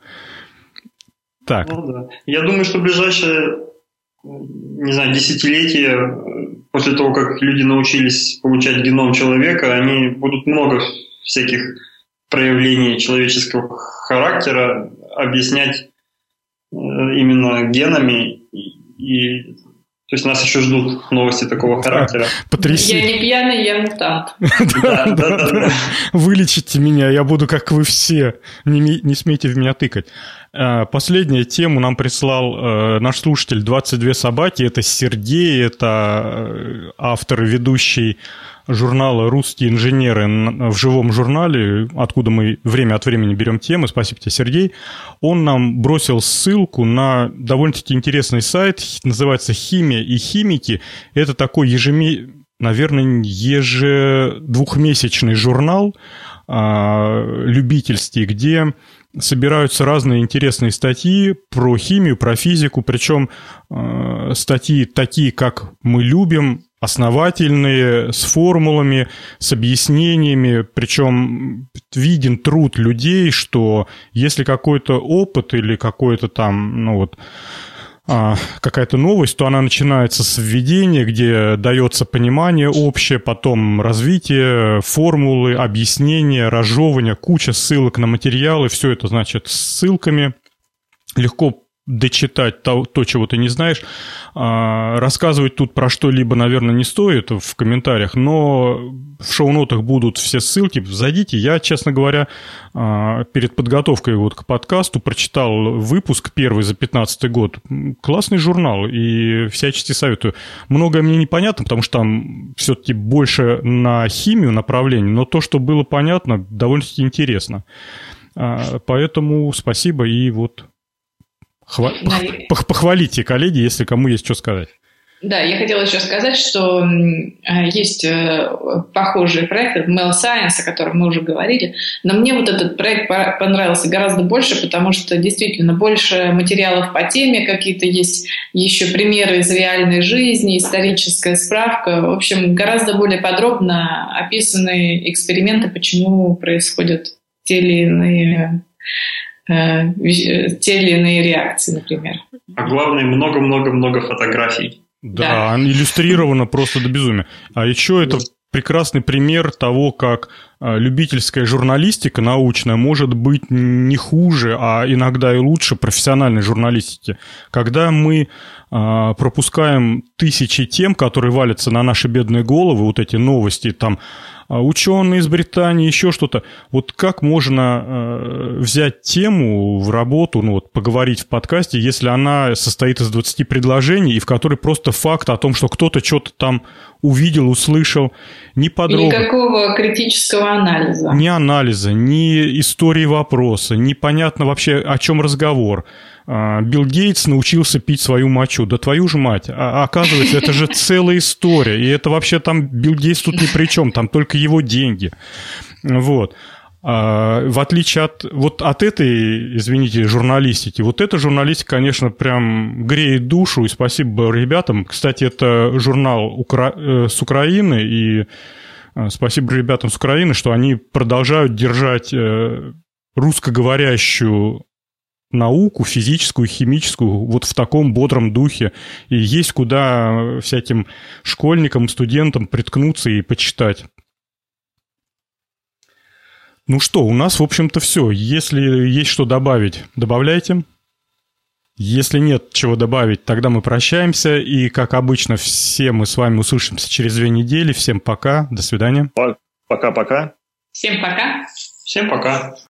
Так. Ну, да. Я думаю, что в ближайшее, не знаю, десятилетие, после того, как люди научились получать геном человека, они будут много всяких проявлений человеческого характера объяснять именно генами. И, то есть нас еще ждут новости такого характера. Потряси. Я не пьяный, я мутант. Да, да, да. Вылечите меня, я буду как вы все. Не, не смейте в меня тыкать. Последнюю тему нам прислал наш слушатель «двадцать две собаки». Это Сергей, это автор и ведущий журнала «Русские инженеры» в живом журнале, откуда мы время от времени берем темы. Спасибо тебе, Сергей. Он нам бросил ссылку на довольно-таки интересный сайт, называется «Химия и химики». Это такой ежемесячный, наверное, ежедвухмесячный журнал э, любительский, где собираются разные интересные статьи про химию, про физику, причем э, статьи такие, как мы любим, основательные, с формулами, с объяснениями, причем виден труд людей, что если какой-то опыт или какой-то там, ну вот, какая-то новость, то она начинается с введения, где дается понимание общее, потом развитие, формулы, объяснения, разжевывания, куча ссылок на материалы, все это, значит, с ссылками, легко дочитать то, то, чего ты не знаешь. Рассказывать тут про что-либо, наверное, не стоит в комментариях, но в шоу-нотах будут все ссылки. Зайдите. Я, честно говоря, перед подготовкой вот к подкасту прочитал выпуск первый за пятнадцатый год. Классный журнал, и всячески советую. Многое мне непонятно, потому что там все-таки больше на химию направление, но то, что было понятно, довольно-таки интересно. Поэтому спасибо, и вот... Хва... Да, Пох... Похвалите, коллеги, если кому есть что сказать. Да, я хотела еще сказать, что есть похожие проекты, Mel Science, о котором мы уже говорили, но мне вот этот проект понравился гораздо больше, потому что действительно больше материалов по теме, какие-то есть еще примеры из реальной жизни, историческая справка. В общем, гораздо более подробно описаны эксперименты, почему происходят те или иные... те или иные реакции, например. А главное, много-много-много фотографий. Да, да, иллюстрировано просто до безумия. А еще это прекрасный пример того, как любительская журналистика научная может быть не хуже, а иногда и лучше профессиональной журналистики. Когда мы пропускаем тысячи тем, которые валятся на наши бедные головы, вот эти новости, там, ученые из Британии, еще что-то. Вот как можно э, взять тему в работу, ну вот поговорить в подкасте, если она состоит из двадцати предложений, и в которой просто факт о том, что кто-то что-то там увидел, услышал, ни подробно. Никакого критического анализа. Ни анализа, ни истории вопроса, непонятно вообще, о чем разговор. Билл Гейтс научился пить свою мочу. Да твою же мать. А оказывается, это же целая история. И это вообще там Билл Гейтс тут ни при чем. Там только его деньги. Вот. А, в отличие от, вот от этой, извините, журналистики, вот эта журналистика, конечно, прям греет душу. И спасибо ребятам. Кстати, это журнал Укра... с Украины. И спасибо ребятам с Украины, что они продолжают держать русскоговорящую науку, физическую, химическую, вот в таком бодром духе. И есть куда всяким школьникам, студентам приткнуться и почитать. Ну что, у нас, в общем-то, все. Если есть что добавить, добавляйте. Если нет чего добавить, тогда мы прощаемся. И, как обычно, все мы с вами услышимся через две недели. Всем пока. До свидания. Пока-пока. Всем пока. Всем пока.